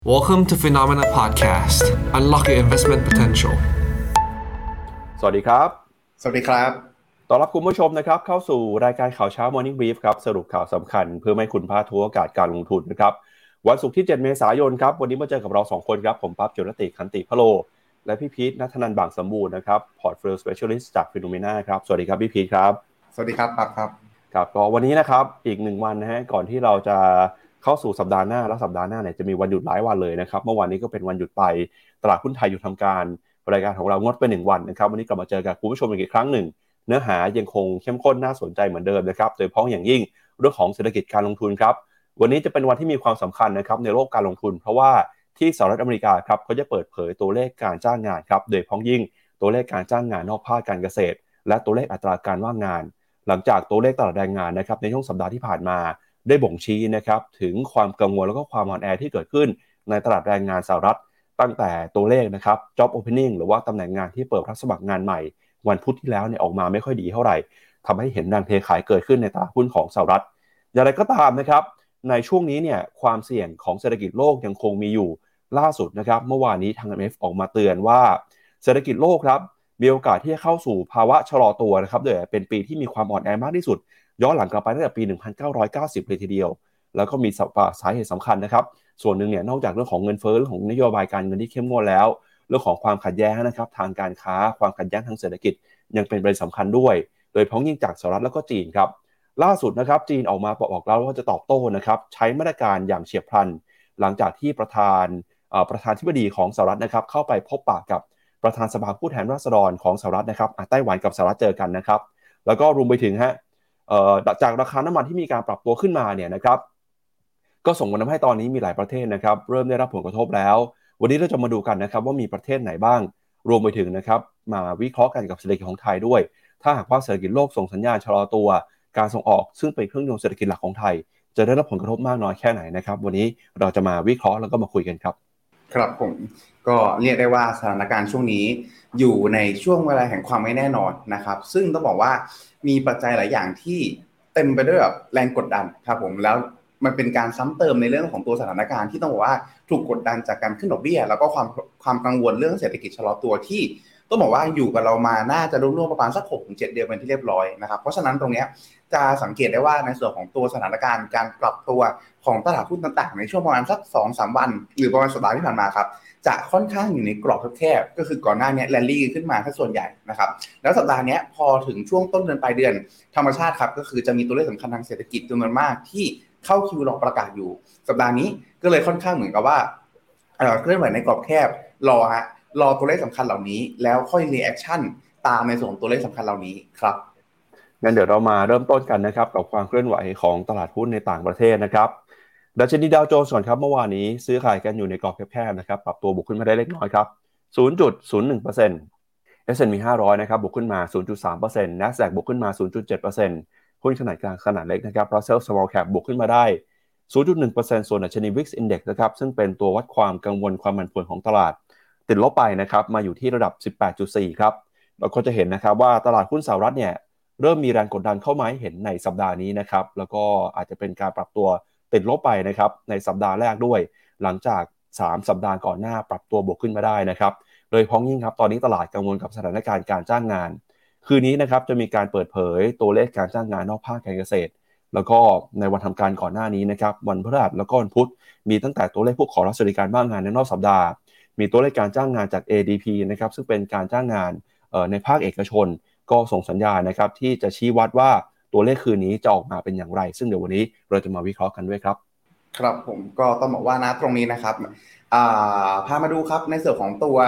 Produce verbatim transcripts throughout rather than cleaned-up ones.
Welcome to Phenomena Podcast. Unlock your investment potential. สวัสดีครับสวัสดีครับต้อนรับคุณผู้ชมนะครับเข้าสู่รายการข่าวเช้า Morning Brief ครับสรุปข่าวสำคัญเพื่อไม่ให้คุณพลาดทุกโอกาสการลงทุนนะครับวันศุกร์ที่เจ็ดเมษายนครับวันนี้มาเจอกับเราสองคนครับผมปั๊บจุลติขันติพโลและพี่พีทณัฐนันท์บางสมบูรณ์นะครับ Portfolio Specialist จาก Phenomena ครับสวัสดีครับพี่พีทครับสวัสดีครับปั๊บครับครับก็วันนี้นะครับอีกหนึ่งวันนะฮะก่อนที่เราจะเข้าสู่สัปดาห์หน้าแล้วสัปดาห์หน้าเนี่ยจะมีวันหยุดหลายวันเลยนะครับเมื่อวานนี้ก็เป็นวันหยุดไปตลาดหุ้นไทยหยุดทำการรายการของเรางดไปหนึ่งวันนะครับวันนี้กลับมาเจอกับคุณผู้ชมอีกครั้งหนึ่งเนื้อหายังคงเข้มข้นน่าสนใจเหมือนเดิมนะครับโดยเฉพาะอย่างยิ่งเรื่องของเศรษฐกิจการลงทุนครับวันนี้จะเป็นวันที่มีความสำคัญนะครับในโลกการลงทุนเพราะว่าที่สหรัฐอเมริกาครับเขาจะเปิดเผยตัวเลขการจ้างงานครับโดยเฉพาะยิ่งตัวเลขการจ้างงานนอกภาคการเกษตรและตัวเลขอัตราการว่างงานหลังจากตัวเลขตลาดแรงงานนะครับในช่วงสัปดาห์ที่ผ่านมาได้บ่งชี้นะครับถึงความกังวลแล้วก็ความอ่อนแอที่เกิดขึ้นในตลาดแรงงานสหรัฐตั้งแต่ตัวเลขนะครับ job opening หรือว่าตำแหน่งงานที่เปิดรับสมัครงานใหม่วันพุธที่แล้วเนี่ยออกมาไม่ค่อยดีเท่าไหร่ทำให้เห็นแรงเทขายเกิดขึ้นในตลาดหุ้นของสหรัฐอย่างไรก็ตามนะครับในช่วงนี้เนี่ยความเสี่ยงของเศรษฐกิจโลกยังคงมีอยู่ล่าสุดนะครับเมื่อวานนี้ทาง ไอ เอ็ม เอฟ ออกมาเตือนว่าเศรษฐกิจโลกครับมีโอกาสที่จะเข้าสู่ภาวะชะลอตัวนะครับโดยเป็นปีที่มีความอ่อนแอมากที่สุดย้อนหลังกลับไปตั้งแต่ปีหนึ่งพันเก้าร้อยเก้าสิบเลยทีเดียวแล้วก็มีสาเหตุสำคัญนะครับส่วนหนึ่งเนี่ยนอกจากเรื่องของเงินเฟ้อเรื่องของนโยบายการเงินที่เข้มงวดแล้วเรื่องของความขัดแย้งนะครับทางการค้าความขัดแย้งทางเศรษฐกิจยังเป็นประเด็นสำคัญด้วยโดยเฉพาะยิ่งจากสหรัฐแล้วก็จีนครับล่าสุดนะครับจีนออกมาบอกแล้วว่าจะตอบโต้นะครับใช้มาตรการอย่างเฉียบพลันหลังจากที่ประธานประธานธิบดีของสหรัฐนะครับเข้าไปพบปะกับประธานสภาผู้แทนราษฎรของสหรัฐนะครับไต้หวันกับสหรัฐเจอกันนะครับแล้วก็รวมไปถึงฮะจากราคาน้ำมันที่มีการปรับตัวขึ้นมาเนี่ยนะครับก็ส่งผลทำให้ตอนนี้มีหลายประเทศนะครับเริ่มได้รับผลกระทบแล้ววันนี้เราจะมาดูกันนะครับว่ามีประเทศไหนบ้างรวมไปถึงนะครับมาวิเคราะห์กันกับเศรษฐกิจของไทยด้วยถ้าหากว่าเศรษฐกิจโลกส่งสัญญาณชะลอตัวการส่งออกซึ่งเป็นเครื่องยนต์เศรษฐกิจหลักของไทยจะได้รับผลกระทบมากน้อยแค่ไหนนะครับวันนี้เราจะมาวิเคราะห์แล้วก็มาคุยกันครับครับผมก็เรียกได้ว่าสถานการณ์ช่วงนี้อยู่ในช่วงเวลาแห่งความไม่แน่นอนนะครับซึ่งต้องบอกว่ามีปัจจัยหลายอย่างที่เต็มไปด้วยแบบแรงกดดันครับผมแล้วมันเป็นการซ้ำเติมในเรื่องของตัวสถานการณ์ที่ต้องบอกว่าถูกกดดันจากการขึ้นดอกเบี้ยแล้วก็ความความกังวลเรื่องเศรษฐกิจชะลอตัวที่ต้องบอกว่าอยู่กับเรามาน่าจะร่วมๆประมาณสัก หกถึงเจ็ด เดือนเป็นที่เรียบร้อยนะครับเพราะฉะนั้นตรงนี้จะสังเกตได้ว่าในส่วนของตัวสถานการณ์การปรับตัวของตลาดหุ้นต่างๆในช่วงประมาณสัก สองถึงสาม วันหรือประมาณสัปดาห์ที่ผ่านมาครับจะค่อนข้างอยู่ในกรอบแคบๆก็คือก่อนหน้านี้แรลลี่ขึ้นมาแค่ส่วนใหญ่นะครับแล้วสัปดาห์นี้พอถึงช่วงต้นเดือนปลายเดือนธรรมชาติครับก็คือจะมีตัวเลขสำคัญทางเศรษฐกิจจำนวนมากที่เข้าคิวรอประกาศอยู่สัปดาห์นี้ก็เลยค่อนข้างเหมือนกับว่าเอ่อเคลื่อนไหวในกรอบแคบรอฮะรอตัวเลขสำคัญเหล่านี้แล้วค่อยรีแอคชั่นตามในส่วนของตัวเลขสำคัญเหล่านี้ครับงั้นเดี๋ยวเรามาเริ่มต้นกันนะครับกับความเคลื่อนไหวของตลาดหุ้นในต่างประเทศนะครับดัชนีดาวโจนส์ก่อนครับเมื่อวานนี้ซื้อขายกันอยู่ในกรอบแคบๆนะครับปรับตัวบวกขึ้นมาได้เล็กน้อยครับ ศูนย์จุดศูนย์หนึ่งเปอร์เซ็นต์ เอส แอนด์ พี ห้าร้อยนะครับบวกขึ้นมา ศูนย์จุดสามเปอร์เซ็นต์ NASDAQ บวกขึ้นมา ศูนย์จุดเจ็ดเปอร์เซ็นต์ หุ้นขนาดกลางขนาดเล็กนะครับ Russell Small Cap บวกขึ้นมาได้ ศูนย์จุดหนึ่งเปอร์เซ็นต์ ส่วนดัชนี วี ไอ เอ็กซ์ Index นะครับซึ่งเป็นตัววัดความกังวลความผันผวนของตลาดติดลบไปนะครับมาอยู่ที่ระดับ สิบแปดจุดสี่ ครับเราก็จะเห็นนะครับว่าตลาดหุ้นสหรัฐเนี่ยเริ่มมีแรงกดดันเข้ามาให้เห็นในสัปดาห์นี้นะครับแล้วก็อาจจะเป็นการปรับตัวติดลบไปนะครับในสัปดาห์แรกด้วยหลังจากสามสัปดาห์ก่อนหน้าปรับตัวบวกขึ้นมาได้นะครับโดยพ้องยิ่งครับตอนนี้ตลาดกังวลกับสถานการณ์การจ้างงานคืนนี้นะครับจะมีการเปิดเผยตัวเลขการจ้างงานนอกภาคการเกษตรแล้วก็ในวันทำการก่อนหน้านี้นะครับวันพฤหัสแล้วก็วันพุธมีตั้งแต่ตัวเลขพวกขอรับสวัสดิการว่างงานในนอกสัปดาห์มีตัวเลขการจ้างงานจาก เอ ดี พี นะครับซึ่งเป็นการจ้างงานในภาคเอกชนก็ส่งสัญญาณนะครับที่จะชี้วัดว่าตัวเลขคืนนี้จะออกมาเป็นอย่างไรซึ่งเดี๋ยววันนี้เราจะมาวิเคราะห์กันด้วยครับครับผมก็ต้องบอกว่านะตรงนี้นะครับพามาดูครับในส่วนของตัว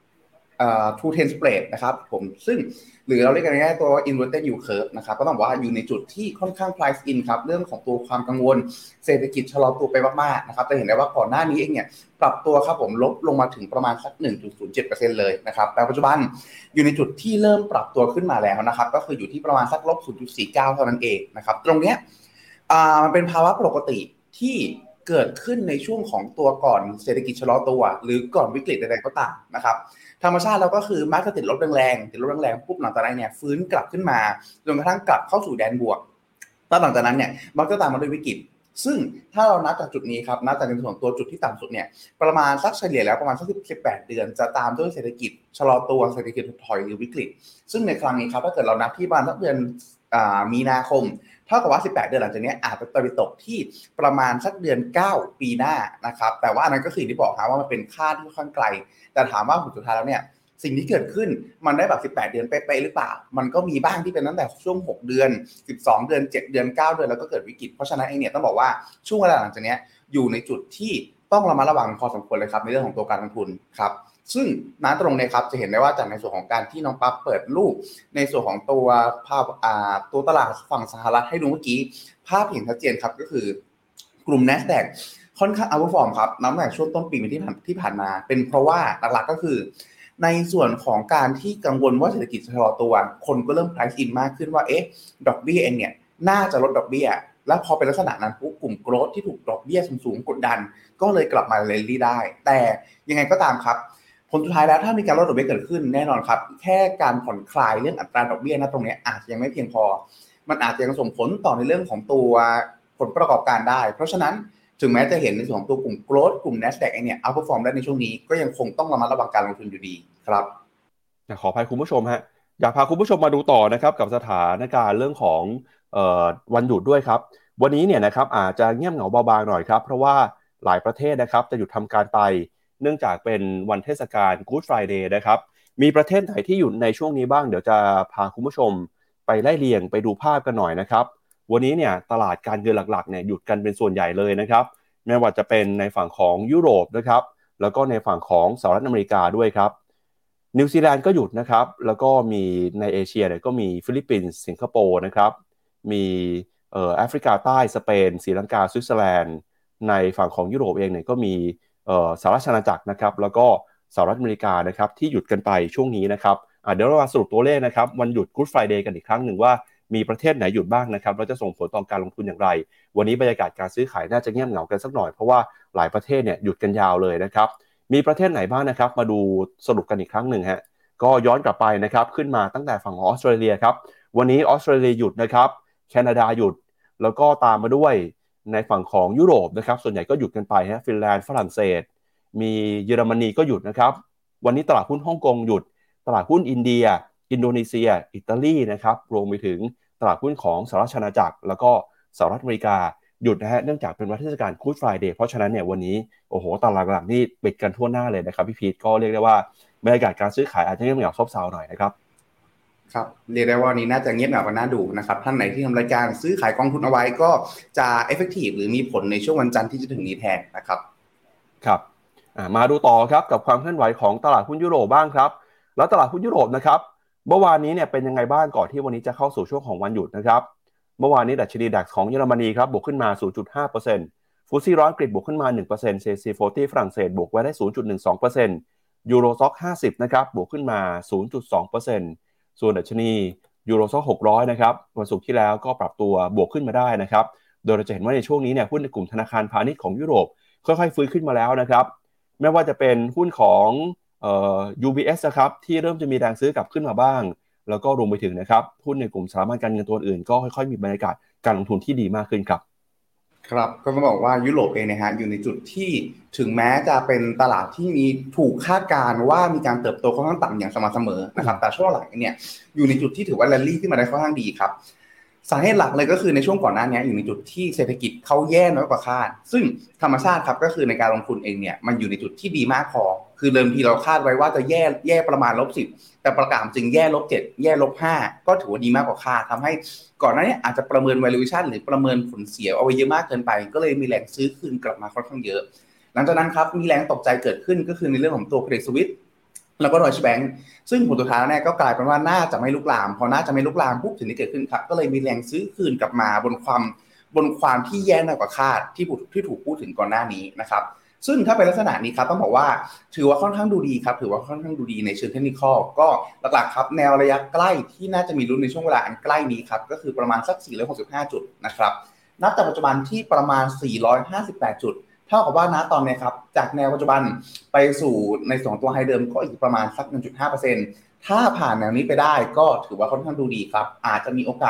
two ten spread นะครับผมซึ่งหรือเราเรียกกันง่ายๆตัว inverted yield curve นะครับก็ต้องบอกว่าอยู่ในจุดที่ค่อนข้าง price in ครับเรื่องของตัวความกังวลเศรษฐกิจชะลอตัวไปมากๆนะครับจะเห็นได้ว่าก่อนหน้านี้เองเนี่ยปรับตัวครับผมลบลงมาถึงประมาณสัก หนึ่งจุดศูนย์เจ็ดเปอร์เซ็นต์ เลยนะครับแต่ปัจจุบันอยู่ในจุดที่เริ่มปรับตัวขึ้นมาแล้วนะครับก็คืออยู่ที่ประมาณสัก ลบศูนย์จุดสี่เก้า เท่านั้นเองนะครับตรงเนี้ยมันเป็นภาวะปกติที่เกิดขึ้นในช่วงของตัวก่อนเศรษฐกิจชะลอตัวหรือก่อนวิกฤตใดๆก็ตามนะครับธรรมชาติเราก็คือมักจะติดลบแรงๆติดลบแรงๆปุ๊บหลังจากนั้นเนี่ยฟื้นกลับขึ้นมาจนกระทั่งกลับเข้าสู่แดนบวกแล้วหลังจากนั้นเนี่ยมักจะตามมาด้วยวิกฤตซึ่งถ้าเรานับจากจุดนี้ครับนับจากในส่วนของตัวจุดที่ต่ำสุดเนี่ยประมาณสักเฉลี่ยแล้วประมาณสักสิบแปดเดือนจะตามด้วยเศรษฐกิจชะลอตัวเศรษฐกิจถดถอยหรือวิกฤตซึ่งในครั้งนี้ครับถ้าเกิดเรานับที่ประมาณสักเดือนอ่ามีนาคมเท่ากับว่าสิบแปดเดือนหลังจากนี้อาจจะไปตกที่ประมาณสักเดือนเก้าปีหน้านะครับแต่ว่าอันนั้นก็คือที่บอกครับว่ามันเป็นค่าที่ค่อนข้างไกลแต่ถามว่าผลสุดท้ายแล้วเนี่ยสิ่งที่เกิดขึ้นมันได้แบบสิบแปดเดือนเป๊ะๆหรือเปล่ามันก็มีบ้างที่เป็นตั้งแต่ช่วงหกเดือนสิบสองเดือนเจ็ดเดือนเก้าเดือนแล้วก็เกิดวิกฤตเพราะฉะนั้นเองเนี่ยต้องบอกว่าช่วงเวลาหลังจากนี้อยู่ในจุดที่ต้องระมัดระวังพอสมควรเลยครับในเรื่องของตัวการลงทุนครับซึ่งณตรงนี้ครับจะเห็นได้ว่าจากในส่วนของการที่น้องปั๊บเปิดรูปในส่วนของตัวภาพอ่าตัวตลาดฝั่งสหรัฐให้ดูเมื่อกี้ภาพเห็นชัดเจนครับก็คือกลุ่ม NASDAQ ค่อนข้างอัพเปอร์ฟอร์มครับนับตั้งแต่ช่วงต้นปีที่ผ่านที่ผ่านมาเป็นเพราะว่าหลักๆก็คือในส่วนของการที่กังวลว่าเศรษฐกิจจะชะลอตัวคนก็เริ่ม price in มากขึ้นว่าเอ๊ะดอกเบี้ยเองเนี่ยน่าจะลดดอกเบี้ยแล้วพอเป็นลักษณะนั้นปุ๊บกลุ่มโกรทที่ถูกดอกเบี้ยสูงๆกดดันก็เลยกลับมาเรลลี่ได้แต่ยังไงก็ตามครับผลสุดท้ายแล้วถ้ามีการลดดอกเบี้ยเกิดขึ้นแน่นอนครับแค่การผ่อนคลายเรื่องอัตราดอกเบี้ยนะตรงนี้อาจจะยังไม่เพียงพอมันอาจจะยังส่งผลต่อในเรื่องของตัวผลประกอบการได้เพราะฉะนั้นถึงแม้จะเห็นในส่วนของตัวกลุ่มโกรทกลุ่ม NASDAQ เนี่ยเอาท์เพอร์ฟอร์มได้ในช่วงนี้ก็ยังคงต้องระมัดระวังการลงทุนอยู่ดีครับขออภัยคุณผู้ชมฮะอยากพาคุณผู้ชมมาดูต่อนะครับกับสถานการณ์เรื่องของเอ่อวันหยุดด้วยครับวันนี้เนี่ยนะครับอาจจะเงียบเหงาเบาบางหน่อยครับเพราะว่าหลายประเทศนะครับจะหยุดทำการไปเนื่องจากเป็นวันเทศกาล Good Friday นะครับมีประเทศไหนที่หยุดในช่วงนี้บ้างเดี๋ยวจะพาคุณผู้ชมไปไล่เรียงไปดูภาพกันหน่อยนะครับวันนี้เนี่ยตลาดการเงินหลักๆเนี่ยหยุดกันเป็นส่วนใหญ่เลยนะครับไม่ว่าจะเป็นในฝั่งของยุโรปนะครับแล้วก็ในฝั่งของสหรัฐอเมริกาด้วยครับนิวซีแลนด์ก็หยุดนะครับแล้วก็มีในเอเชียเนี่ยก็มีฟิลิปปินส์สิงคโปร์นะครับมีเอ่อแอฟริกาใต้สเปนศรีลังกาสวิตเซอร์แลนด์ในฝั่งของยุโรปเองเนี่ยก็มีเอ่อสหราชอาณาจักรนะครับแล้วก็สหรัฐอเมริกานะครับที่หยุดกันไปช่วงนี้นะครับอ่ะเดี๋ยวเรามาสรุปตัวเลขนะครับวันหยุด Good Friday กันอีกครั้งหนึ่งว่ามีประเทศไหนหยุดบ้างนะครับแล้วจะส่งผลต่อการลงทุนอย่างไรวันนี้บรรยากาศการซื้อขายน่าจะเงียบเหงากันสักหน่อยเพราะว่าหลายประเทศเนี่ยหยุดกันยาวเลยนะครับมีประเทศไหนบ้างนะครับมาดูสรุปกันอีกครั้งหนึ่งฮะก็ย้อนกลับไปนะครับขึ้นมาตั้งแต่ฝั่งของออสเตรเลียครับวันนี้ออสเตรเลียหยุดนะครับแคนาดาหยุดแล้วก็ตามมาด้วยในฝั่งของยุโรปนะครับส่วนใหญ่ก็หยุดกันไปฮะฟินแลนด์ฝรั่งเศสมีเยอรมนีก็หยุดนะครับวันนี้ตลาดหุ้นฮ่องกงหยุดตลาดหุ้นอินเดียอินโดนีเซียอิตาลีนะครับรวมไปถึงตลาดหุ้นของสหรัฐอาณาจักรแล้วก็สหรัฐอเมริกาหยุดนะฮะเนื่องจากเป็นวันเทศกาล Good Friday เพราะฉะนั้นเนี่ยวันนี้โอ้โหตลาดหลักนี่ปิดกันทั่วหน้าเลยนะครับพี่พีทก็เรียกได้ว่าบรรยากาศการซื้อขายอาจจะเงียบเหงาซบเซาหน่อยนะครับครับเรียกได้ว่านี้น่าจะเงียบเหงากันน่าดูนะครับท่านไหนที่ทำรายการซื้อขายกองทุนเอาไว้ก็จะเอฟเฟกตีฟหรือมีผลในช่วงวันจันทร์ที่จะถึงนี้แทนนะครับครับมาดูต่อครับกับความเคลื่อนไหวของตลาดหุ้นยุโรปบ้างครับแล้วตลาดหุ้นยุโรปนะครับเมื่อวานนี้เนี่ยเป็นยังไงบ้างก่อนที่วันนี้จะเข้าสู่ช่วงของวันหยุดนะครับเมื่อวานนี้ดัชนี ดัค ของเยอรมนีครับบวกขึ้นมา ศูนย์จุดห้าเปอร์เซ็นต์ ฟุตซี่ร้อยอังกฤษบวกขึ้นมา หนึ่งเปอร์เซ็นต์ ซี ซี สี่สิบ ฝรั่งเศสบวกไว้ได้ ศูนย์จุดหนึ่งสองเปอร์เซ็นต์ ยูโรซ็อกห้าสิบนะครับบวกขึ้นมา ศูนย์จุดสองเปอร์เซ็นต์ ส่วนดัชนียูโรซ็อกหกร้อยนะครับวันศุกร์ที่แล้วก็ปรับตัวบวกขึ้นมาได้นะครับโดยเราจะเห็นว่าในช่วงนี้เนี่ยหุ้นในกลุ่มธนาคารพาณิชย์ของยุโรปค่อยๆฟื้นขึ้นมาแล้วนะครับไม่ว่าจะเป็นหุ้นของเอ่อ ยู บี เอส นะครับที่เริ่มจะมีแรงซื้อกลับขึ้นมาบ้างแล้วก็รวมไปถึงนะครับหุ้นในกลุ่มสถาบันการเงินตัวอื่นก็ค่อยๆมีบรรยากาศการลงทุนที่ดีมากขึ้นครับครับก็ต้องบอกว่ายุโรปเองนะฮะอยู่ในจุดที่ถึงแม้จะเป็นตลาดที่มีถูกคาดการณ์ว่ามีการเติบโตค่อนข้างต่ำอย่างสม่ำเสมอนะครับแต่ช่วงหลังเนี่ยอยู่ในจุดที่ถือว่าแรลลี่ขึ้นมาได้ค่อนข้างดีครับสาเหตุหลักเลยก็คือในช่วงก่อนหน้านี้อยู่ในจุดที่เศรษฐกิจเขาแย่น้อยกว่าคาดซึ่งธรรมชาติครับก็คือในการลงทุนเองเนี่ยมันอยู่ในจุดที่ดีมากพอคือเดิมทีเราคาดไว้ว่าจะแย่แย่ประมาณลบสิบแต่ประกาศจริงแย่ลบเจ็ดแย่ลบห้าก็ถือว่าดีมากกว่าคาดทำให้ก่อนหน้านี้อาจจะประเมิน valuation หรือประเมินผลเสียเอาไว้เยอะมากเกินไปก็เลยมีแรงซื้อคืนกลับมาค่อนข้างเยอะหลังจากนั้นครับมีแรงตกใจเกิดขึ้นก็คือในเรื่องของตัว Credit Suisse แล้วก็ Deutsche Bank ซึ่งผลสุดท้ายเนี่ยก็กลายเป็นว่าน่าจะไม่ลุกลามพอน่าจะไม่ลุกลามปุ๊บสิ่งที่เกิดขึ้นครับก็เลยมีแรงซื้อคืนกลับมาบนความบนความที่แย่น้อยกว่าคาดที่ที่ถูกพูดถึงก่อนหน้านี้นะครับซึ่งถ้าเป็นลักษณะนี้ครับต้องบอกว่าถือว่าค่อนข้างดูดีครับถือว่าค่อนข้างดูดีในเชิงเทคนิคอลก็หลักๆครับแนวระยะใกล้ที่น่าจะมีลุ้นในช่วงเวลาอันใกล้นี้ครับก็คือประมาณสักสี่ร้อยหกสิบห้าจุดนะครับนับจากปัจจุบันที่ประมาณสี่ร้อยห้าสิบแปดจุดเท่ากับว่าณตอนนี้ครับจากแนวปัจจุบันไปสู่ในส่วนตัวไฮเดิมก็อีกประมาณสัก หนึ่งจุดห้าเปอร์เซ็นต์ ถ้าผ่านแนวนี้ไปได้ก็ถือว่าค่อนข้างดูดีครับอาจจะมีโอกาส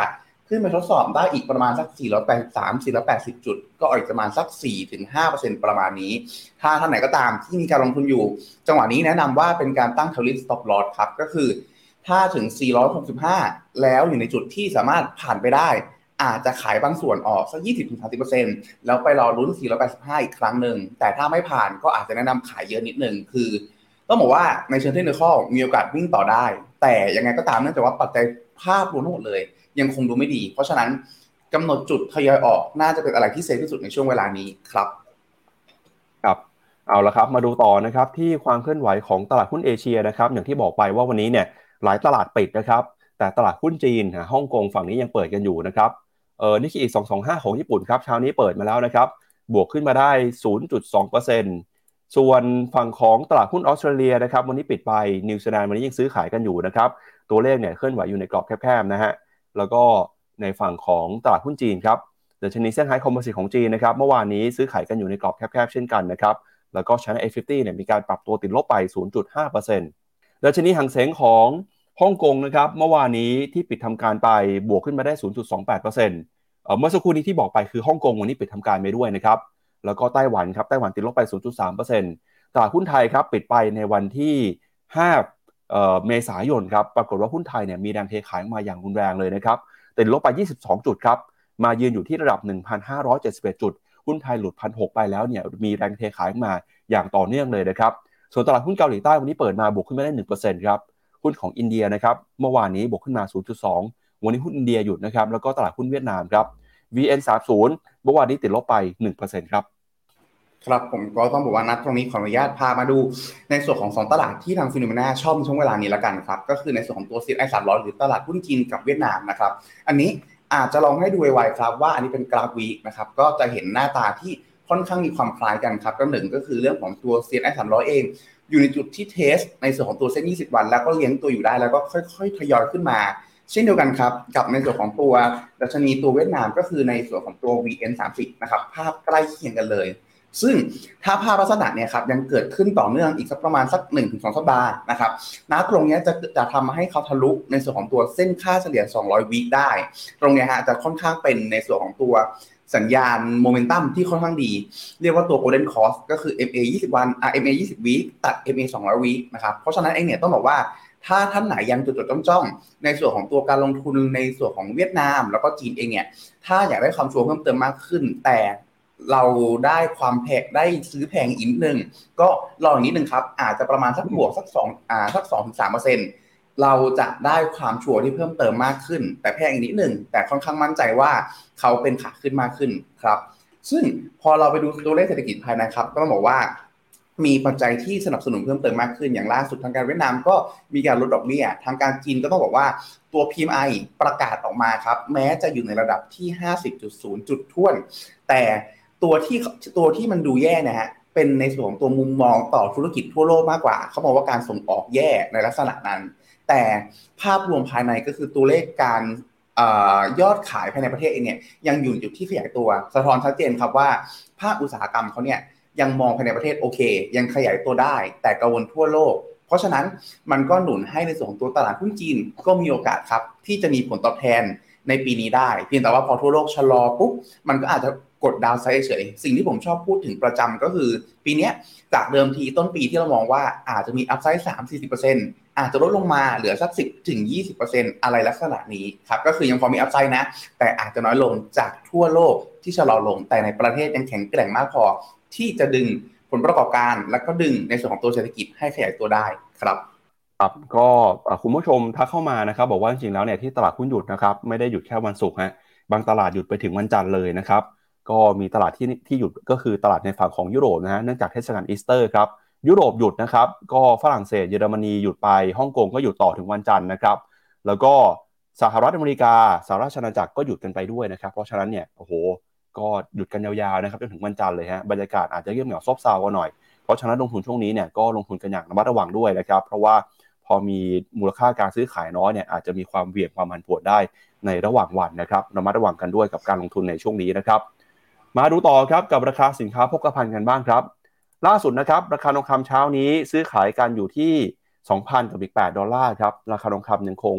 ขึ้นไปทดสอบได้อีกประมาณสักสี่ร้อยแปดสิบสาม สี่ร้อยแปดสิบจุดก็อีกประมาณสัก สี่ถึงห้าเปอร์เซ็นต์ ประมาณนี้ถ้าท่านไหนก็ตามที่มีการลงทุนอยู่จังหวะนี้แนะนำว่าเป็นการตั้ง target stop loss ครับก็คือถ้าถึงสี่ร้อยหกสิบห้าแล้วอยู่ในจุดที่สามารถผ่านไปได้อาจจะขายบางส่วนออกสัก ยี่สิบถึงสามสิบเปอร์เซ็นต์ แล้วไปรอลุ้นสี่ร้อยแปดสิบห้าอีกครั้งนึงแต่ถ้าไม่ผ่านก็อาจจะแนะนำขายเยอะนิดนึงคือต้องบอกว่าในเชิงเทคนิคอลมีโอกาสวิ่งต่อได้แต่ยังไงก็ตามเนื่องจากว่าปัจจัยภาพรวมทั้งหมดเลยยังคงดูไม่ดีเพราะฉะนั้นกำหนดจุดทยอยออกน่าจะเป็นอะไรที่เซฟที่สุดในช่วงเวลานี้ครับครับเอาละครับมาดูต่อนะครับที่ความเคลื่อนไหวของตลาดหุ้นเอเชียนะครับอย่างที่บอกไปว่าวันนี้เนี่ยหลายตลาดปิดนะครับแต่ตลาดหุ้นจีนฮ่องกงฝั่งนี้ยังเปิดกันอยู่นะครับเออนิกเกอิสองสองห้าของญี่ปุ่นครับเช้านี้เปิดมาแล้วนะครับบวกขึ้นมาได้ ศูนย์จุดสองเปอร์เซ็นต์ ส่วนฝั่งของตลาดหุ้นออสเตรเลียนะครับวันนี้ปิดไปนิวซีแลนด์วันนี้ยังซื้อขายกันอยู่นะครับตัวเลขเนี่ยเคลื่อนไหวอยู่ในกรอบแคบๆนะฮะแล้วก็ในฝั่งของตลาดหุ้นจีนครับดัชนีเซี่ยงไฮ้คอมโพสิตของจีนนะครับเมื่อวานนี้ซื้อขายกันอยู่ในกรอบแคบๆเช่นกันนะครับแล้วก็ China เอ ห้าสิบ เนี่ยมีการปรับตัวติดลบไป ศูนย์จุดห้าเปอร์เซ็นต์ ดัชนีหางเส็งของฮ่องกงนะครับเมื่อวานนี้ที่ปิดทำการไปบวกขึ้นมาได้ ศูนย์จุดสองแปดเปอร์เซ็นต์ เอ่อเมื่อสักครู่นี้ที่บอกไปคือฮ่องกงวันนี้ปิดทำการไปด้วยนะครับแล้วก็ไต้หวันครับไต้หวันติดลบไป ศูนย์จุดสามเปอร์เซ็นต์ ตลาดหุ้นไทยครับปิดไปในวันที่ห้าเอ่อเมษายนครับปรากฏว่าหุ้นไทยเนี่ยมีแรงเทขายมาอย่างรุนแรงเลยนะครับติดลบไปยี่สิบสองจุดครับมายืนอยู่ที่ระดับ หนึ่งพันห้าร้อยเจ็ดสิบเอ็ด จุดหุ้นไทยหลุด หนึ่งพันหกร้อย ไปแล้วเนี่ยมีแรงเทขายมาอย่างต่อเนื่องเลยนะครับส่วนตลาดหุ้นเกาหลีใต้วันนี้เปิดมาบวกขึ้นมาได้ หนึ่งเปอร์เซ็นต์ ครับหุ้นของอินเดียนะครับเมื่อวานนี้บวกขึ้นมา ศูนย์จุดสอง วันนี้หุ้นอินเดียหยุดนะครับแล้วก็ตลาดหุ้นเวียดนามครับ วี เอ็น สามสิบ เมื่อวานนี้ติดลบไป หนึ่งเปอร์เซ็นต์ ครับครับผมก็ต้องบอกว่านัดตรงนี้ขออนุญาตพามาดูในส่วนของสองตลาดที่ทางฟิโนเมนาชอบในช่วงเวลานี้ละกันครับก็คือในส่วนของตัว เอส แอนด์ พี สามร้อยหรือตลาดหุ้นจีนกับเวียดนามนะครับอันนี้อาจจะลองให้ดูไวๆครับว่าอันนี้เป็นกราฟวีคนะครับก็จะเห็นหน้าตาที่ค่อนข้างมีความคล้ายกันครับก็หนึ่งก็คือเรื่องของตัว เอส แอนด์ พี สามร้อยเองอยู่ในจุดที่เทสในส่วนของตัวเส้นยี่สิบวันแล้วก็เลี้ยงตัวอยู่ได้แล้วก็ค่อยๆทยอยขึ้นมาเช่นเดียวกันครับกับในส่วนของตัวดัชนีตัวเวียดนามก็คือในส่วนของตัว วี เอ็น สามสิบนะครับภาพใกล้เคียงกันเลยซึ่งถ้าภาพลักษณะเนี่ยครับยังเกิดขึ้นต่อเนื่องอีกสักประมาณสัก หนึ่งถึงสอง สัปดาห์นะครับณตรงนี้จะจะทำให้เขาทะลุในส่วนของตัวเส้นค่าเฉลี่ยสองร้อยวีคได้ตรงนี้ฮะจะค่อนข้างเป็นในส่วนของตัวสัญญาณโมเมนตัมที่ค่อนข้างดีเรียกว่าตัว Golden Cross ก็คือ เอ็ม เอ ยี่สิบ วันอ่ะ เอ็ม เอ ยี่สิบ วีคตัด เอ็ม เอ สองร้อย วีคนะครับเพราะฉะนั้นเองเนี่ยต้องบอกว่าถ้าท่านไหนยังจดๆจ้องๆในส่วนของตัวการลงทุนในส่วนของเวียดนามแล้วก็จีนเองเนี่ยถ้าอยากได้ความชัวร์เพิ่มเติมมากขึ้นแต่เราได้ความแพงได้ซื้อแพงอีกนิดนึงก็รออีกนิดนึงครับอาจจะประมาณสักบวกสักสองอ่าสัก สองถึงสามเปอร์เซ็นต์ เราจะได้ความชัวร์ที่เพิ่มเติมมากขึ้นแต่แพงอีกนิดนึงแต่ค่อนข้างมั่นใจว่าเขาเป็นขาขึ้นมากขึ้นครับซึ่งพอเราไปดูตัวเลขเศรษฐกิจภายในครับก็ต้องบอกว่ามีปัจจัยที่สนับสนุนเพิ่มเติมมากขึ้นอย่างล่าสุดทางการเวียดนามก็มีการลดดอกเบี้ยทางการจีนก็ต้องบอกว่าตัว พี เอ็ม ไอ ประกาศออกมาครับแม้จะอยู่ในระดับที่ ห้าสิบจุดศูนย์ จุดถ้วนแต่ตัวที่ตัวที่มันดูแย่นะฮะเป็นในส่วนของตัวมุมมองต่อธุรกิจทั่วโลกมากกว่าเขาบอกว่าการส่งออกแย่ในลักษณะนั้นแต่ภาพรวมภายในก็คือตัวเลขการยอดขายภายในประเทศเองเนี่ยยังอยู่จุดที่ขยายตัวสะท้อนชัดเจนครับว่าภาคอุตสาหกรรมเขาเนี่ยยังมองภายในประเทศโอเคยังขยายตัวได้แต่กังวลทั่วโลกเพราะฉะนั้นมันก็หนุนให้ในส่วนของตัวตลาดหุ้นจีนก็มีโอกาสครับที่จะมีผลตอบแทนในปีนี้ได้เพียงแต่ว่าพอทั่วโลกชะลอปุ๊บมันก็อาจจะกดดาวไซด์เฉยสิ่งที่ผมชอบพูดถึงประจำก็คือปีนี้จากเดิมทีต้นปีที่เรามองว่าอาจจะมีอัพไซด์ สามถึงสี่สิบเปอร์เซ็นต์ อาจจะลดลงมาเหลือสัก สิบถึงยี่สิบเปอร์เซ็นต์ อะไรลักษณะนี้ครับก็คือยังพอมีอัพไซด์นะแต่อาจจะน้อยลงจากทั่วโลกที่ชะลอลงแต่ในประเทศยังแข็งแกร่งมากพอที่จะดึงผลประกอบการและก็ดึงในส่วนของตัวเศรษฐกิจให้ขยายตัวได้ครับครับก็คุณผู้ชมถ้าเข้ามานะครับบอกว่าจริงๆแล้วเนี่ยที่ตลาดหุ้นหยุดนะครับไม่ได้หยุดแค่วันศุกร์ฮะบางตลาดหยุดไปถึงวันจันทร์เลยนะครับก็มีตลาดที่ที่หยุดก็คือตลาดในฝั่งของยุโรปนะฮะเนื่องจากเทศกาลอีสเตอร์ครับยุโรปหยุดนะครับก็ฝรั่งเศสเยอรมนีหยุดไปฮ่องกงก็หยุดต่อถึงวันจันทร์นะครับแล้วก็สหรัฐอเมริกาสหราชอาณาจักรก็หยุดกันไปด้วยนะครับเพราะฉะนั้นเนี่ยโอ้โหก็หยุดกันยาวๆนะครับจนถึงวันจันทร์เลยฮะบรรยากาศอาจจะเงียบเหงาซบเซากันหน่อยเพราะฉะนั้นลงทุนช่วงนี้เนี่ยก็ลงทุนกันอย่างระมัดระวังด้วยนะครับเพราะว่าพอมีมูลค่าการซื้อขายน้อยเนี่ยอาจจะมีความเหวี่ยงความผันผวนได้ในระหว่างวันนะครับระมัดระวังกันด้วยกับการลงทุนในช่วงนี้นะครับมาดูต่อครับกับราคาสินค้าโภคภัณฑ์กันบ้างครับล่าสุดนะครับราคาทองคำเช้านี้ซื้อขายกันอยู่ที่ สองพัน กับอีกแปดดอลลาร์ครับราคาทองคำยังคง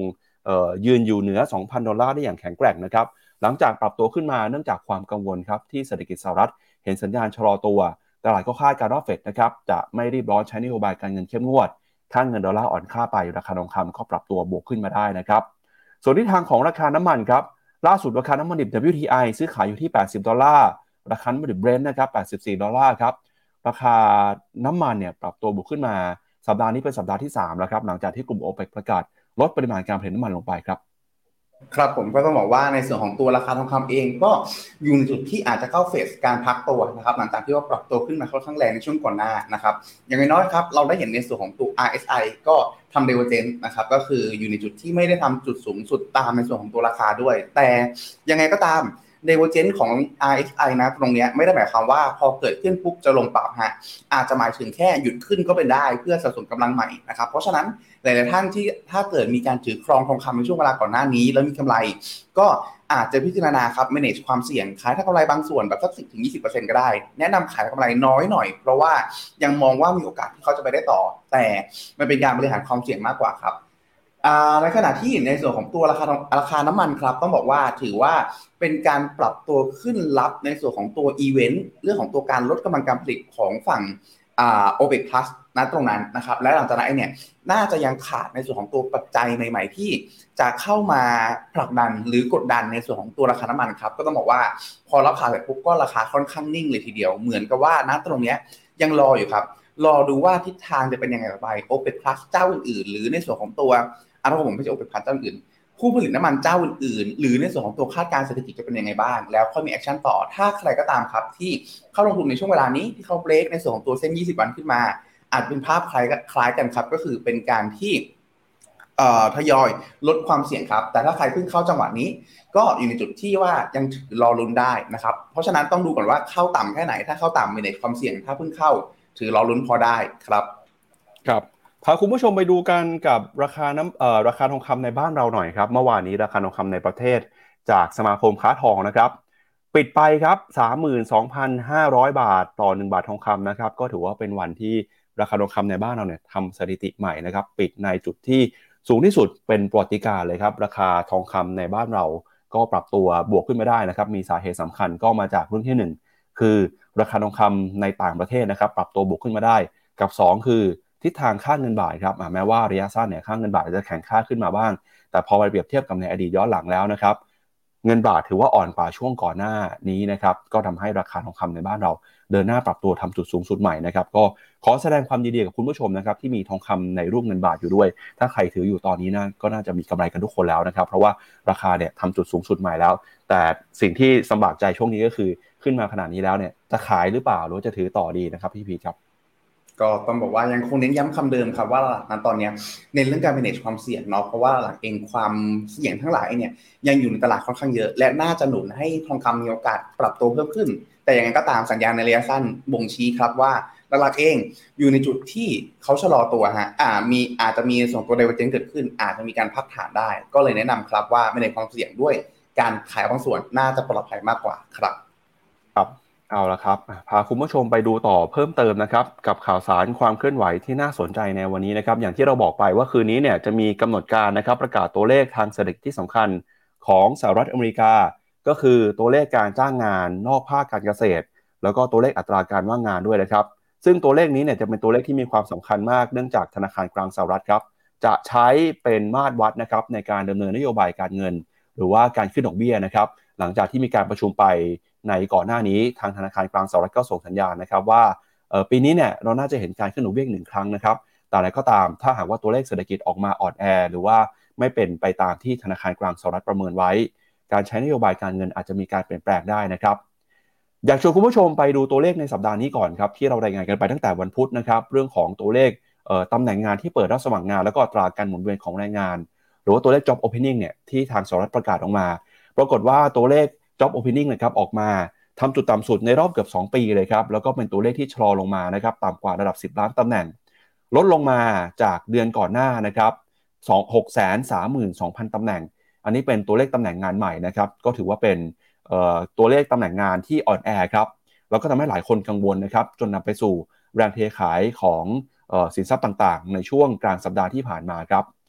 เอ่อยืนอยู่เหนือ สองพัน ดอลลาร์ได้อย่างแข็งแกร่งนะครับหลังจากปรับตัวขึ้นมาเนื่องจากความกังวลครับที่เศรษฐกิจสหรัฐเห็นสัญญาณชะลอตัวตลาดก็คาดการณ์ว่าเฟดนะครับจะไม่รีบร้อนใช้นโยบายการเงินเข้มงวดค่าเงินดอลลาร์อ่อนค่าไปราคาทองคำก็ปรับตัวบวกขึ้นมาได้นะครับส่วนทิศทางของราคาน้ำมันครับล่าสุดราคาน้ำมันดิบ ดับเบิลยู ที ไอ ซื้อขายอยู่ที่แปดสิบดอลลาร์ราคาน้ำมันดิบ Brent นะครับแปดสิบสี่ดอลลาร์ครับราคาน้ำมันเนี่ยปรับตัวบวกขึ้นมาสัปดาห์นี้เป็นสัปดาห์ที่สามแล้วครับหลังจากที่กลุ่ม โอเปก ประกาศลดปริมาณการผลิตน้ำมันลงไปครับครับผมก็ต้องบอกว่าในส่วนของตัวราคาทองคำเองก็อยู่ในจุดที่อาจจะเข้าเฟสการพักตัวนะครับหลังจากที่ว่าปรับตัวขึ้นมาค่อนข้างแรงในช่วงก่อนหน้านะครับอย่างน้อยๆครับเราได้เห็นในส่วนของตัว อาร์ เอส ไอ ก็ทำ Divergence นะครับก็คืออยู่ในจุดที่ไม่ได้ทำจุดสูงสุดตามในส่วนของตัวราคาด้วยแต่ยังไงก็ตาม Divergence ของ อาร์ เอส ไอ นะตรงนี้ไม่ได้หมายความว่าพอเกิดขึ้นปุ๊บจะลงปรับฮะอาจจะหมายถึงแค่หยุดขึ้นก็เป็นได้เพื่อสะสมกำลังใหม่นะครับเพราะฉะนั้นหลายๆท่านที่ถ้าเกิดมีการถือครองทองคำในช่วงเวลาก่อนหน้านี้แล้วมีกำไรก็อาจจะพิจารณาครับ manage ความเสี่ยงขายถ้ากำไรบางส่วนแบบสัก สิบถึงยี่สิบเปอร์เซ็นต์ ก็ได้แนะนำขายกำไรน้อยหน่อยเพราะว่ายังมองว่ามีโอกาสที่เขาจะไปได้ต่อแต่มันเป็นการบริหารความเสี่ยงมากกว่าครับในขณะที่ในส่วนของตัวราคาราคาน้ำมันครับต้องบอกว่าถือว่าเป็นการปรับตัวขึ้นรับในส่วนของตัวอีเวนต์เรื่องของตัวการลดกำลังการผลิตของฝั่งอ่า โอเปก Plus นะตรงนั้นนะครับและหลังจากนั้นเนี่ยน่าจะยังขาดในส่วนของตัวปัจจัยใหม่ๆที่จะเข้ามาผลักดันหรือกดดันในส่วนของตัวราคาน้ำมันครับก็ต้องบอกว่าพอราคาเสร็จปุ๊บก็ราคาค่อนข้างนิ่งเลยทีเดียวเหมือนกับว่าณตรงนี้ยังรออยู่ครับรอดูว่าทิศทางจะเป็นยังไงต่อไป โอเปก Plus เจ้าอื่นๆหรือในส่วนของตัวอ่ะถ้าผมไม่ใช่ โอเปก Plus เจ้าอื่นผู้ผลิตน้ำมันเจ้าอื่นๆหรือในส่วนของตัวคาดการณ์เศรษฐกิจจะเป็นยังไงบ้างแล้วค่อยมีแอคชั่นต่อถ้าใครก็ตามครับที่เข้าลงทุนในช่วงเวลานี้ที่เขาเบรกในส่วนของตัวเส้นยี่สิบวันขึ้นมาอาจเป็นภาพคล้ายคล้ายกันครับก็คือเป็นการที่เอ่อทยอยลดความเสี่ยงครับแต่ถ้าใครเพิ่งเข้าจังหวะนี้ก็อยู่ในจุดที่ว่ายังถือรอลุ้นได้นะครับเพราะฉะนั้นต้องดูก่อนว่าเข้าต่ำแค่ไหนถ้าเข้าต่ำมีในความเสี่ยงถ้าเพิ่งเข้าถือรอลุ้นพอได้ครับครับพาคุณผู้ชมไปดูกันกับราคาน้ำเอ่อราคาทองคำในบ้านเราหน่อยครับเมื่อวานนี้ราคาทองคำในประเทศจากสมาคมค้าทองนะครับปิดไปครับ สามหมื่นสองพันห้าร้อย บาทต่อหนึ่งบาททองคำนะครับก็ถือว่าเป็นวันที่ราคาทองคำในบ้านเราเนี่ยทำสถิติใหม่นะครับปิดในจุดที่สูงที่สุดเป็นประวัติการณ์เลยครับราคาทองคำในบ้านเราก็ปรับตัวบวกขึ้นมาได้นะครับมีสาเหตุสำคัญก็มาจากเรื่องที่หนึ่งคือราคาทองคำในต่างประเทศนะครับปรับตัวบวกขึ้นมาได้กับสองคือทิศทางค่าเงินบาทครับแม้ว่าระยะสั้นเนี่ยค่าเงินบาทจะแข็งค่าขึ้นมาบ้างแต่พอไปเปรียบเทียบกับในอดีตย้อนหลังแล้วนะครับเงินบาทถือว่าอ่อนกว่าช่วงก่อนหน้านี้นะครับก็ทำให้ราคาทองคำในบ้านเราเดินหน้าปรับตัวทำจุดสูงสุดใหม่นะครับก็ขอแสดงความยินดีกับคุณผู้ชมนะครับที่มีทองคำในรูปเงินบาทอยู่ด้วยถ้าใครถืออยู่ตอนนี้นะก็น่าจะมีกำไรกันทุกคนแล้วนะครับเพราะว่าราคาเนี่ยทำจุดสูงสุดใหม่แล้วแต่สิ่งที่ลำบากใจช่วงนี้ก็คือขึ้นมาขนาดนี้แล้วเนี่ยจะขายหรือเปล่าหรือจะถือต่อดีนะครับพี่พีครับก็ต้องบอกว่ายังคงเน้นย้ำคำเดิมครับว่าหลักตอนนี้เน้นเรื่องการ manage ความเสี่ยงเนาะเพราะว่าหลักเองความเสี่ยงทั้งหลายเนี่ยยังอยู่ในตลาดค่อนข้างเยอะและน่าจะหนุนให้ทองคำมีโอกาสปรับตัวเพิ่มขึ้นแต่อย่างไรก็ตามสัญญาณในระยะสั้นบ่งชี้ครับว่าหลักเองอยู่ในจุดที่เขาชะลอตัวฮะอ่ามีอาจจะมีส่วนตัว divergence เกิดขึ้นอาจจะมีการพักฐานได้ก็เลยแนะนำครับว่า manage ความเสี่ยงด้วยการขายบางส่วนน่าจะปลอดภัยมากกว่าครับครับเอาละครับพาคุณผู้ชมไปดูต่อเพิ่มเติมนะครับกับข่าวสารความเคลื่อนไหวที่น่าสนใจในวันนี้นะครับอย่างที่เราบอกไปว่าคืนนี้เนี่ยจะมีกำหนดการนะครับประกาศตัวเลขทางเศรษฐกิจที่สำคัญของสหรัฐอเมริกาก็คือตัวเลขการจ้างงานนอกภาคการเกษตรแล้วก็ตัวเลขอัตราการว่างงานด้วยนะครับซึ่งตัวเลขนี้เนี่ยจะเป็นตัวเลขที่มีความสำคัญมากเนื่องจากธนาคารกลางสหรัฐครับจะใช้เป็นมาตรวัดนะครับในการดำเนินนโยบายการเงินหรือว่าการขึ้นดอกเบี้ยนะครับหลังจากที่มีการประชุมไปในก่อนหน้านี้ทางธนาคารกลางสหรัฐก็ส่งสัญญาณนะครับว่าปีนี้เนี่ยเราน่าจะเห็นการขึ้นดอกเบี้ยหนึ่งครั้งนะครับแต่อะไรก็ตามถ้าหากว่าตัวเลขเศรษฐกิจออกมาอ่อนแอหรือว่าไม่เป็นไปตามที่ธนาคารกลางสหรัฐประเมินไว้การใช้นโยบายการเงินอาจจะมีการเปลี่ยนแปลงได้นะครับอยากชวนคุณผู้ชมไปดูตัวเลขในสัปดาห์นี้ก่อนครับที่เรารายงานกันไปตั้งแต่วันพุธนะครับเรื่องของตัวเลขตำแหน่งงานที่เปิดรับสมัครงานแล้วก็อัตราการหมุนเวียนของแรงงานหรือว่าตัวเลข job opening เนี่ยที่ทางสหรัฐประกาศออกมาปรากฏว่าตัวเลข job opening นะครับออกมาทำจุดต่ำสุดในรอบเกือบสองปีเลยครับแล้วก็เป็นตัวเลขที่ชะลอลงมานะครับต่ำกว่าระดับสิบล้านตำแหน่งลดลงมาจากเดือนก่อนหน้านะครับ หกแสนสามหมื่นสองพัน ตำแหน่งอันนี้เป็นตัวเลขตำแหน่งงานใหม่นะครับก็ถือว่าเป็นตัวเลขตำแหน่งงานที่อ่อนแอครับแล้วก็ทำให้หลายคนกังวลนะครับจนนำไปสู่แรงเทขายของสินทรัพย์ต่างๆในช่วงกลางสัปดาห์ที่ผ่านมาครับ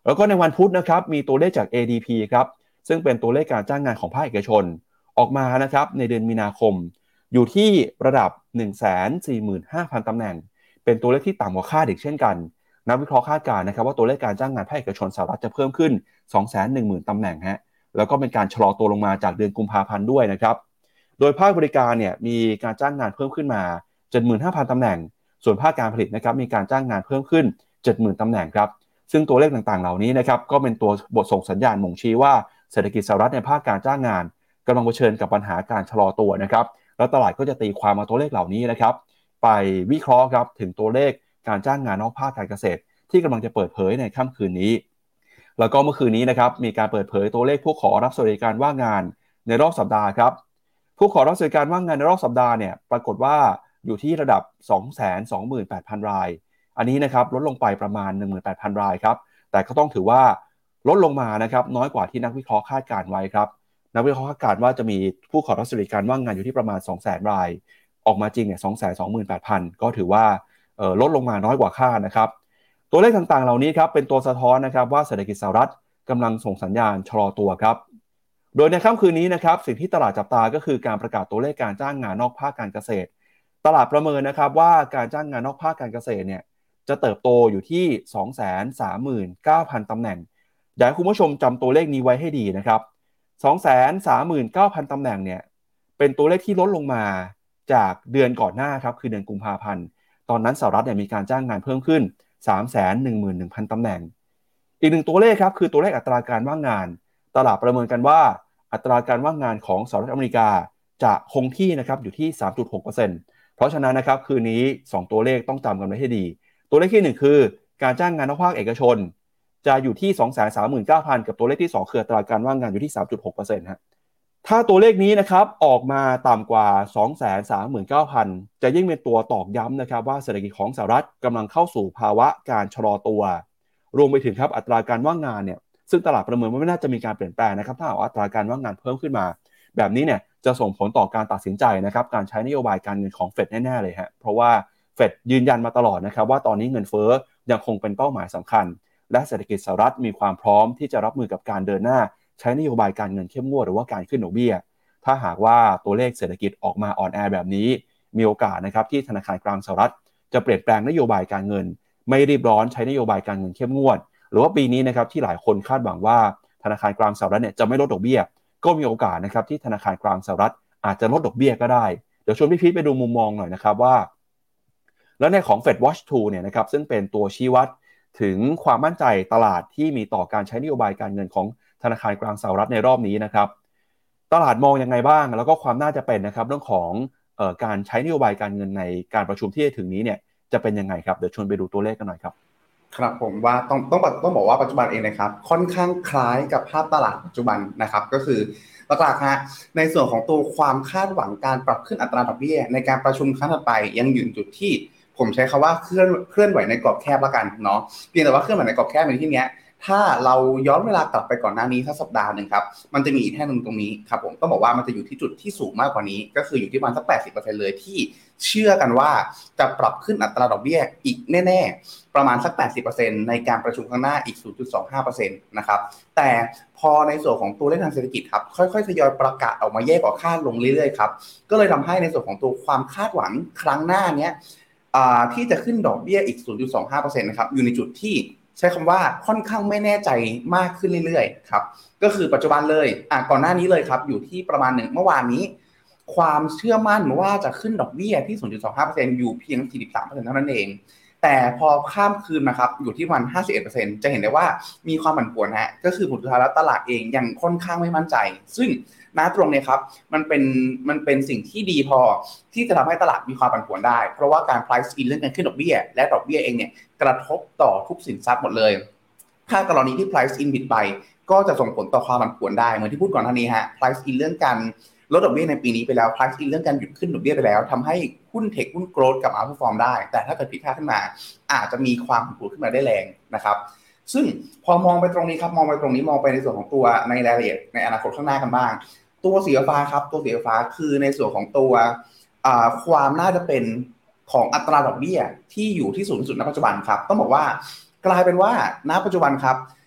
แล้วก็ในวันพุธนะครับมีตัวเลขจาก เอ ดี พี ครับซึ่งเป็นตัวเลขการจ้างงานของภาคเอกชนออกมานะครับในเดือนมีนาคมอยู่ที่ระดับ หนึ่งแสนสี่หมื่นห้าพัน ตำแหน่งเป็นตัวเลขที่ต่ำกว่าคาดอีกเช่นกันนักวิเคราะห์คาดการณ์นะครับว่าตัวเลขการจ้างงานภาคเอกชนสหรัฐจะเพิ่มขึ้น สองแสนหนึ่งหมื่น ตำแหน่งฮะแล้วก็เป็นการชะลอตัวลงมาจากเดือนกุมภาพันธ์ด้วยนะครับโดยภาคบริการเนี่ยมีการจ้างงานเพิ่มขึ้นมา เจ็ดหมื่นห้าพัน ตำแหน่งส่วนภาคการผลิตนะครับมีการจ้างงานเพิ่มขึ้น เจ็ดหมื่น ตำแหน่งครับซึ่งตัวเลขต่างๆเหล่านี้นะครับก็เป็นตัวบทส่งสัญญาณบ่งชี้ว่าเศรษฐกิจสหรัฐในภาคการจ้างงานกำลังเผชิญกับปัญหาการชะลอตัวนะครับแล้วตลาดก็จะตีความมาตัวเลขเหล่านี้นะครับไปวิเคราะห์ครับถึงตัวเลขการจ้างงานนอกภาคการเกษตรที่กำลังจะเปิดเผยในค่ำคืนนี้แล้วก็เมื่อคืนนี้นะครับมีการเปิดเผยตัวเลขผู้ขอรับสวัสดิการว่างงานในรอบสัปดาห์ครับผู้ขอรับสวัสดิการว่างงานในรอบสัปดาห์เนี่ยปรากฏว่าอยู่ที่ระดับ สองแสนสองหมื่นแปดพัน รายอันนี้นะครับลดลงไปประมาณ หนึ่งหมื่นแปดพัน รายครับแต่ก็ต้องถือว่าลดลงมานะครับน้อยกว่าที่นักวิเคราะห์คาดการไว้ครับนักวิเคราะห์คาดการว่าจะมีผู้ขอรับสวัสดิการว่างงานอยู่ที่ประมาณ สองแสน รายออกมาจริงเนี่ย สองแสนสองหมื่นแปดพัน ก็ถือว่าเอ่อลดลงมาน้อยกว่าคาดนะครับตัวเลขต่างๆเหล่านี้ครับเป็นตัวสะท้อนนะครับว่าเศรษฐกิจสหรัฐกำลังส่งสัญญาณชะลอตัวครับโดยในค่ำคืนนี้นะครับสิ่งที่ตลาดจับตาก็คือการประกาศตัวเลขการจ้างงานนอกภาคการเกษตรตลาดประเมินนะครับว่าการจ้างงานนอกภาคการเกษตรเนี่ยจะเติบโตอยู่ที่ สองแสนสามหมื่นเก้าพัน ตำแหน่งอยากให้คุณผู้ชมจำตัวเลขนี้ไว้ให้ดีนะครับ สองแสนสามหมื่นเก้าพัน ตำแหน่งเนี่ยเป็นตัวเลขที่ลดลงมาจากเดือนก่อนหน้าครับคือเดือนกุมภาพันธ์ตอนนั้นสหรัฐเนี่ยมีการจ้างงานเพิ่มขึ้น สามแสนหนึ่งหมื่นหนึ่งพัน ตำแหน่งอีกหนึ่งตัวเลขครับคือตัวเลขอัตราการว่างงานตลาดประเมินกันว่าอัตราการว่างงานของสหรัฐอเมริกาจะคงที่นะครับอยู่ที่ สามจุดหกเปอร์เซ็นต์ เพราะฉะนั้นนะครับคืนนี้สองตัวเลขต้องจำกันไว้ให้ดีตัวเลขที่หนึ่งคือการจ้างงานนอกภาคเอกชนจะอยู่ที่ สองแสนสามหมื่นเก้าพัน กับตัวเลขที่สองคืออัตราการว่างงานอยู่ที่ สามจุดหกเปอร์เซ็นต์ ฮะถ้าตัวเลขนี้นะครับออกมาต่ำกว่า สองแสนสามหมื่นเก้าพัน จะยิ่งเป็นตัวตอกย้ำนะครับว่าเศรษฐกิจของสหรัฐกำลังเข้าสู่ภาวะการชะลอตัวรวมไปถึงครับอัตราการว่างงานเนี่ยซึ่งตลาดประเมินว่าไม่น่าจะมีการเปลี่ยนแปลงนะครับถ้าอัตราการว่างงานเพิ่มขึ้นมาแบบนี้เนี่ยจะส่งผลต่อการตัดสินใจนะครับการใช้นโยบายการเงินของเฟดแน่ๆเลยฮะเพราะว่าเฟดยืนยันมาตลอดนะครับว่าตอนนี้เงินเฟ้อยังคงเป็นเป้าหมายสำคัญและเศรษฐกิจสหรัฐมีความพร้อมที่จะรับมือกับการเดินหน้าใช้นโยบายการเงินเข้มงวดหรือว่าการขึ้นดอกเบี้ยถ้าหากว่าตัวเลขเศรษฐกิจออกมาอ่อนแอแบบนี้มีโอกาสนะครับที่ธนาคารกลางสหรัฐจะเปลี่ยนแปลงนโยบายการเงินไม่รีบร้อนใช้นโยบายการเงินเข้มงวดหรือว่าปีนี้นะครับที่หลายคนคาดหวังว่าธนาคารกลางสหรัฐเนี่ยจะไม่ลดดอกเบี้ยก็มีโอกาสนะครับที่ธนาคารกลางสหรัฐอาจจะลดดอกเบี้ยก็ได้เดี๋ยวชวนพี่พีทไปดูมุมมองหน่อยนะครับว่าแล้วในของ Fed Watch ทูเนี่ยนะครับซึ่งเป็นตัวชี้วัดถึงความมั่นใจตลาดที่มีต่อการใช้นโยบายการเงินของธนาคารกลางสหรัฐในรอบนี้นะครับตลาดมองยังไงบ้างแล้วก็ความน่าจะเป็นนะครับเรื่องของเอ่อการใช้นโยบายการเงินในการประชุมที่จะถึงนี้เนี่ยจะเป็นยังไงครับเดี๋ยวชวนไปดูตัวเลขกันหน่อยครับครับผมว่าต้องต้องต้องบอกว่าปัจจุบันเองนะครับค่อนข้างคล้ายกับภาพตลาดปัจจุบันนะครับก็คือหลักๆฮะในส่วนของตัวความคาดหวังการปรับขึ้นอัตราดอกเบี้ยในการประชุมครั้งถัดไปยังอยู่จุดที่ผมใช้คำว่าเคลื่อนเคลื่อนไหวในกรอบแคบละกันเนาะเพียงแต่ว่าเคลื่อนไหวในกรอบแคบในที่นี้ถ้าเราย้อนเวลากลับไปก่อนหน้านี้สักสัปดาห์นึงครับมันจะมีอีกแท่งนึงตรงนี้ครับผมต้องบอกว่ามันจะอยู่ที่จุดที่สูงมากกว่านี้ก็คืออยู่ที่ประมาณสัก แปดสิบเปอร์เซ็นต์ เลยที่เชื่อกันว่าจะปรับขึ้นอัตราดอกเบี้ยอีกแน่ๆประมาณสัก แปดสิบเปอร์เซ็นต์ ในการประชุมข้างหน้าอีก ศูนย์จุดสองห้าเปอร์เซ็นต์ นะครับแต่พอในส่วนของตัวเลขทางเศรษฐกิจครับค่อยๆทยอยประกาศออกมาแยกออกคาดลงเรื่อยๆครับก็เลยทำให้ในส่วนของตัวความคาดหวังครั้งหน้านี้ที่จะขึ้นดอกเบี้ยอีก ศูนย์จุดสองห้าเปอร์เซ็นต์ นะครับอยู่ในจุดที่ใช้คำว่าค่อนข้างไม่แน่ใจมากขึ้นเรื่อยๆครับก็คือปัจจุบันเลยอ่ะก่อนหน้านี้เลยครับอยู่ที่ประมาณหนึ่งเมื่อวานนี้ความเชื่อมั่นว่าจะขึ้นดอกเบี้ยที่ ศูนย์จุดสองห้าเปอร์เซ็นต์ อยู่เพียง สี่สิบสามเปอร์เซ็นต์ เท่านั้นเองแต่พอข้ามคืนนะครับอยู่ที่ประมาณ ห้าสิบเอ็ดเปอร์เซ็นต์ จะเห็นได้ว่ามีความผันผวนฮะก็คือผลสุดท้ายแล้วตลาดเองยังค่อนข้างไม่มั่นใจซึ่งณตรงนี้ครับมันเป็นมันเป็นสิ่งที่ดีพอที่จะทำให้ตลาดมีความผันผวนได้เพราะว่าการ price in เรื่องการขึ้นดอกเบี้ยและดอกเบี้ยเองเนี่ยกระทบต่อทุกสินทรัพย์หมดเลยถ้ากรณีที่ price in ผิดไปก็จะส่งผลต่อความผันผวนได้เหมือนที่พูดก่อนหน้านี้ฮะ price in เรื่องการลดดอกเบี้ยในปีนี้ไปแล้ว price in เรื่องการหยุดขึ้นดอกเบี้ยไปแล้วทำให้หุ้นเทคหุ้นโกรทกับ outperform ได้แต่ถ้าเกิดผิดพลาดขึ้นมาอาจจะมีความผันผวนขึ้นมาได้แรงนะครับซึ่งพอมองไปตรงนี้ครับมองไปตรงนี้มองไปในส่วนของตัวในรายละเอียดในอนาคตข้างหน้ากันบ้างตัวสีฟ้าครับตัวสีฟ้าคือในส่วนของตัวความน่าจะเป็นของอัตราดอกเบี้ยที่อยู่ที่สูงที่สุดณปัจจุบันครับต้องบอกว่ากลายเป็นว่าณปัจจุบันครับ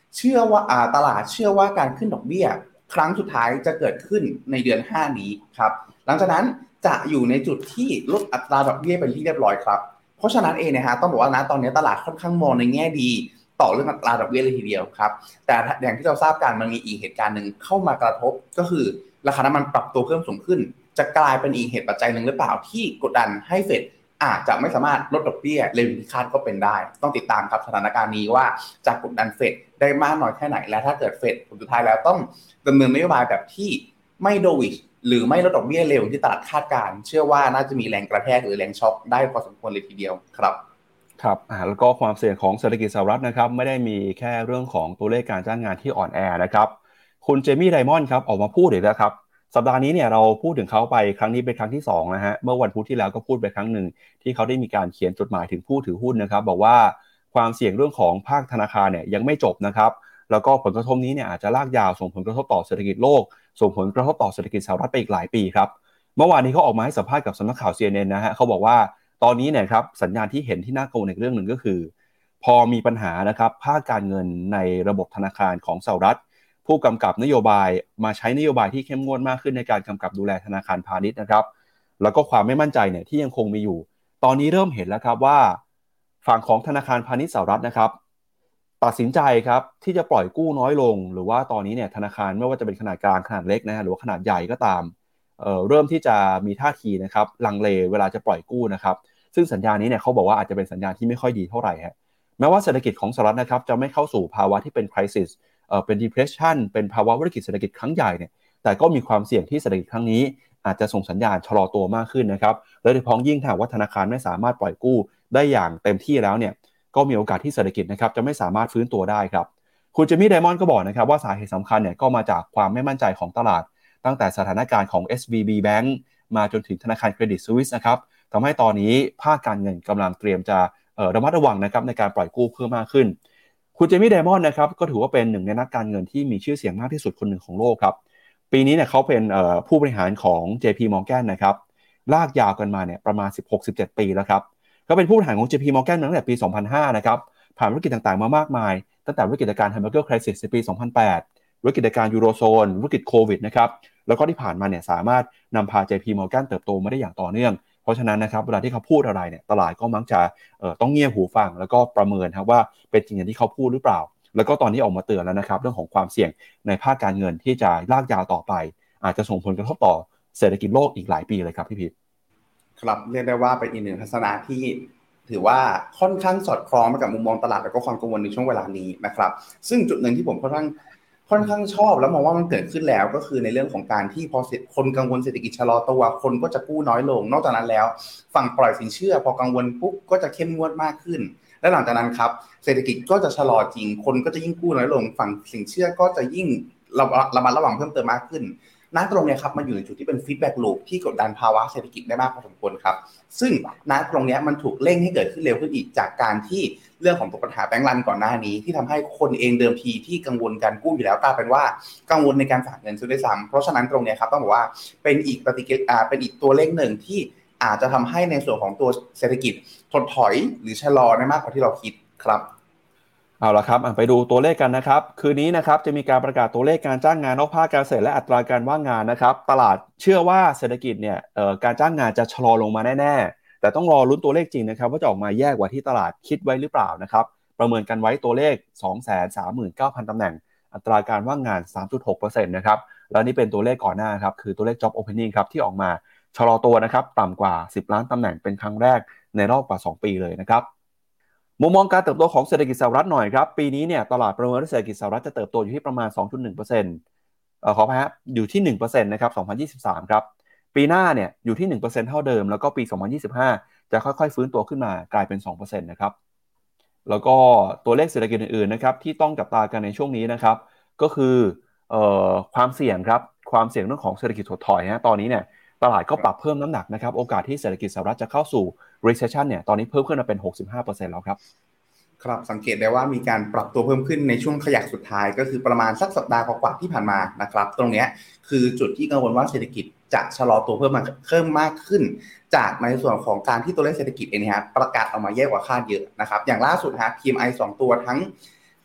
เชื่อว่าอ่าตลาดเชื่อว่าการขึ้นดอกเบี้ยครั้งสุดท้ายจะเกิดขึ้นในเดือนห้านี้ครับหลังจากนั้นจะอยู่ในจุดที่ลดอัตราดอกเบี้ยเป็นที่เรียบร้อยครับเพราะฉะนั้นเองนะฮะต้องบอกว่านะตอนนี้ตลาดค่อนข้างมองในแง่ดีต่อเรื่องอัตราดอกเบี้ยเลยทีเดียวครับแต่อย่างที่เราทราบกันมันมีอีกเหตุการณ์หนึ่งเข้ามากระทบก็คือราคาน้ำมันปรับตัวเพิ่มสูงขึ้นจะกลายเป็นอีกเหตุปัจจัยหนึ่งหรือเปล่าที่กดดันให้เฟดอาจจะไม่สามารถลดดอกเบี้ยเร็วที่คาดก็เป็นได้ต้องติดตามครับสถานการณ์นี้ว่าจะกดดันเฟดได้มากน้อยแค่ไหนและถ้าเกิดเฟดผลสุดท้ายแล้วต้องดำเนินนโยบายแบบที่ไม่โดวิชหรือไม่ลดดอกเบี้ยเร็วที่ตลาดคาดการเชื่อว่าน่าจะมีแรงกระแทกหรือแรงช็อคได้พอสมควรเลยทีเดียวครับครับอ่าแล้วก็ความเสี่ยงของเศรษฐกิจสหรัฐนะครับไม่ได้มีแค่เรื่องของตัวเลขการจ้างงานที่อ่อนแอนะครับคุณเจมี่ไดมอนด์ครับออกมาพูดอีกแล้วครับสัปดาห์นี้เนี่ยเราพูดถึงเขาไปครั้งนี้เป็นครั้งที่สองนะฮะเมื่อวันพุธที่แล้วก็พูดไปครั้งหนึ่งที่เขาได้มีการเขียนจดหมายถึงผู้ถือหุ้นนะครับบอกว่าความเสี่ยงเรื่องของภาคธนาคารเนี่ยยังไม่จบนะครับแล้วก็ผลกระทบนี้เนี่ยอาจจะลากยาวส่งผลกระทบต่อเศรษฐกิจโลกส่งผลกระทบต่อเศรษฐกิจสหรัฐไปอีกหลายปีครับเมื่อวานนี้เขาออกมาให้สัมภาษณ์กับสำนักข่าว ซี เอ็น เอ็น นะฮะเขาบอกว่าตอนนี้เนี่ยครับสัญญาณที่เห็นที่น่ากังวลอีกเรื่องหนึ่งก็คือพอมีปัญหานะครับภาคการเงินในระบบธนาคารของสหรัฐผู้กำกับนโยบายมาใช้นโยบายที่เข้มงวดมากขึ้นในการกำกับดูแลธนาคารพาณิชย์นะครับแล้วก็ความไม่มั่นใจเนี่ยที่ยังคงมีอยู่ตอนนี้เริ่มเห็นแล้วครับว่าฝั่งของธนาคารพาณิชย์สหรัฐนะครับตัดสินใจครับที่จะปล่อยกู้น้อยลงหรือว่าตอนนี้เนี่ยธนาคารไม่ว่าจะเป็นขนาดกลางขนาดเล็กนะฮะหรือว่าขนาดใหญ่ก็ตามเอ่อเริ่มที่จะมีท่าทีนะครับลังเลเวลาจะปล่อยกู้นะครับซึ่งสัญญาณนี้เนี่ยเขาบอกว่าอาจจะเป็นสัญญาณที่ไม่ค่อยดีเท่าไหร่ฮะแม้ว่าเศรษฐกิจของสหรัฐนะครับจะไม่เข้าสู่ภาวะที่เป็น crisis เอ่อเป็น depression เป็นภาวะวิกฤตเศรษฐกิจครั้งใหญ่เนี่ยแต่ก็มีความเสี่ยงที่เศรษฐกิจครั้งนี้อาจจะส่งสัญญาณชะลอตัวมากขึ้นนะครับและโดยเฉพาะยิ่งถ้าว่าธนาคารไม่สามารถปล่อยกู้ได้อย่างเต็มที่แล้วเนี่ยก็มีโอกาสที่เศรษฐกิจนะครับจะไม่สามารถฟื้นตัวได้ครับคุณเจมี่ไดมอนด์ก็บอกนะครับว่าสาเหตุสำคัญเนี่ยก็มาจากความไม่มั่นใจของตลาดตั้งแต่สถานการณ์ของ เอส วี บี Bank มาจนถึงธนาคารเครดิตสวิสนะครับทำให้ตอนนี้ภาคการเงินกำลังเตรียมจะเอ่อระมัดระวังนะครับในการปล่อยกู้เพิ่มมากขึ้นคุณเจมี่ไดมอนด์นะครับก็ถือว่าเป็นหนึ่งในนักการเงินที่มีชื่อเสียงมากที่สุดคนหนึ่งของโลกครับปีนี้เนี่ยเขาเป็นเอ่อผู้บริหารของ เจ พี Morgan นะครับลากยาวกันมาเนี่ยประมาณ สิบหกถึงสิบเจ็ด ปีแล้วครับก็เป็นผู้บริหารของ เจ พี Morgan มาตั้งแต่ปี สองพันห้า นะครับผ่านวิกฤตต่างๆมามากมายตั้งแต่วิกฤตการณ์ Hamburger Crisis ในปี สองพันแปด วิกฤตการณ์ยูโรโซนวิกฤตโควิดนะครับแล้วก็ที่ผ่านมาเนี่ยสามารถนำพา เจ พี Morgan เติบโตมาได้อย่างต่อเนื่องเพราะฉะนั้นนะครับเวลาที่เขาพูดอะไรเนี่ยตลาดก็มักจะเอ่อต้องเงี่ยหูฟังแล้วก็ประเมินครับว่าเป็นจริงอย่างที่เขาพูดหรือเปล่าแล้วก็ตอนนี้ออกมาเตือนแล้วนะครับเรื่องของความเสี่ยงในภาคการเงินที่จะลากยาวต่อไปอาจจะส่งผลกระทบต่อเศรษฐกิจโลกอีกหลายปีเลยครับพี่พีทครับเรียกได้ว่าเป็นอีกหนึ่งทัศนะที่ถือว่าค่อนข้างสอดคล้องกับมุมมองตลาดและก็ความกังวลในช่วงเวลานี้นะครับซึ่งจุดหนึ่งที่ผมค่อนข้างค่อนข้างชอบแล้วมองว่ามันเกิดขึ้นแล้วก็คือในเรื่องของการที่พอคนกังวลเศรษฐกิจชะลอตัวคนก็จะกู้น้อยลงนอกจากนั้นแล้วฝั่งปล่อยสินเชื่อพอกังวลปุ๊บก็จะเข้มงวดมากขึ้นและหลังจากนั้นครับเศรษฐกิจก็จะชะลอจริงคนก็จะยิ่งกู้น้อยลงฝั่งสินเชื่อก็จะยิ่งระมัดระวังเพิ่มเติมมากขึ้นณตรงนี้ครับมันอยู่ในจุดที่เป็นฟีดแบ็กลูปที่กดดันภาวะเศรษฐกิจได้มากพอสมควรครับซึ่งณตรงนี้มันถูกเร่งให้เกิดขึ้นเร็วขึ้นอีกจากการที่เรื่องของตัวปัญหาแบงก์รันก่อนหน้านี้ที่ทำให้คนเองเดิมทีที่กังวลการกู้อยู่แล้วกลายเป็นว่ากังวลในการฝากเงินซื้อด้วยซ้ำเพราะฉะนั้นตรงนี้ครับต้องบอกว่าเป็นอีกปฏิกิริยาเป็นอีกตัวเลขหนึ่งที่อาจจะทำให้ในส่วนของตัวเศรษฐกิจถดถอยหรือชะลอได้มากกว่าที่เราคิดครับเอาละครับไปดูตัวเลขกันนะครับคืนนี้นะครับจะมีการประกาศตัวเลขการจ้างงานนอกภาคการเกษตรและอัตราการว่างงานนะครับตลาดเชื่อว่าเศรษฐกิจเนี่ยการจ้างงานจะชะลอลงมาแน่ๆแต่ต้องรอลุ้นตัวเลขจริงนะครับว่าจะออกมาแย่กว่าที่ตลาดคิดไว้หรือเปล่านะครับประเมินกันไว้ตัวเลข สองแสนสามหมื่นเก้าพัน ตำแหน่งอัตราการว่างงาน สามจุดหกเปอร์เซ็นต์ นะครับแล้วนี่เป็นตัวเลขก่อนหน้าครับคือตัวเลข job opening ครับที่ออกมาชะลอตัวนะครับต่ำกว่าสิบล้านตำแหน่งเป็นครั้งแรกในรอบกว่าสองปีเลยนะครับมุมมองการเติบโตของเศรษฐกิจสหรัฐหน่อยครับปีนี้เนี่ยตลาดประเมินว่าเศรษฐกิจสหรัฐจะเติบโตอยู่ที่ประมาณ สองจุดหนึ่งเปอร์เซ็นต์ เอ่อขออภัยฮะอยู่ที่ หนึ่งเปอร์เซ็นต์ นะครับสองพันยี่สิบสามครับปีหน้าเนี่ยอยู่ที่ หนึ่งเปอร์เซ็นต์ เท่าเดิมแล้วก็ปีสองพันยี่สิบห้าจะค่อยๆฟื้นตัวขึ้นมากลายเป็น สองเปอร์เซ็นต์ นะครับแล้วก็ตัวเลขเศรษฐกิจอื่นๆนะครับที่ต้องจับตากันในช่วงนี้นะครับก็คือเอ่อความเสี่ยงครับความเสี่ยงเรื่องของเศรษฐกิจถดถอยฮะตอนนี้เนี่ยตลาดก็ปรับเพิ่มน้ำหนักนะครับโอกาสที่เศรษฐกิจสหรัฐจะเข้าสู่ recession เนี่ยตอนนี้เพิ่มขึ้นมาเป็น หกสิบห้าเปอร์เซ็นต์ แล้วครับครับสังเกตได้ว่ามีการปรับตัวเพิ่มขึ้นในช่วงขยักสุดท้ายก็คือประมาณสักสัปดาห์กว่าๆที่ผ่านมานะครับตรงนี้คือจุดที่กังวลว่าเศรษฐกิจจะชะลอตัวเพิ่มมาเพิ่มมากขึ้นจากในส่วนของการที่ตัวเลขเศรษฐกิจเองนะฮะประกาศออกมาแย่กว่าคาดเยอะนะครับอย่างล่าสุดฮะ พี เอ็ม ไอ สองตัวทั้ง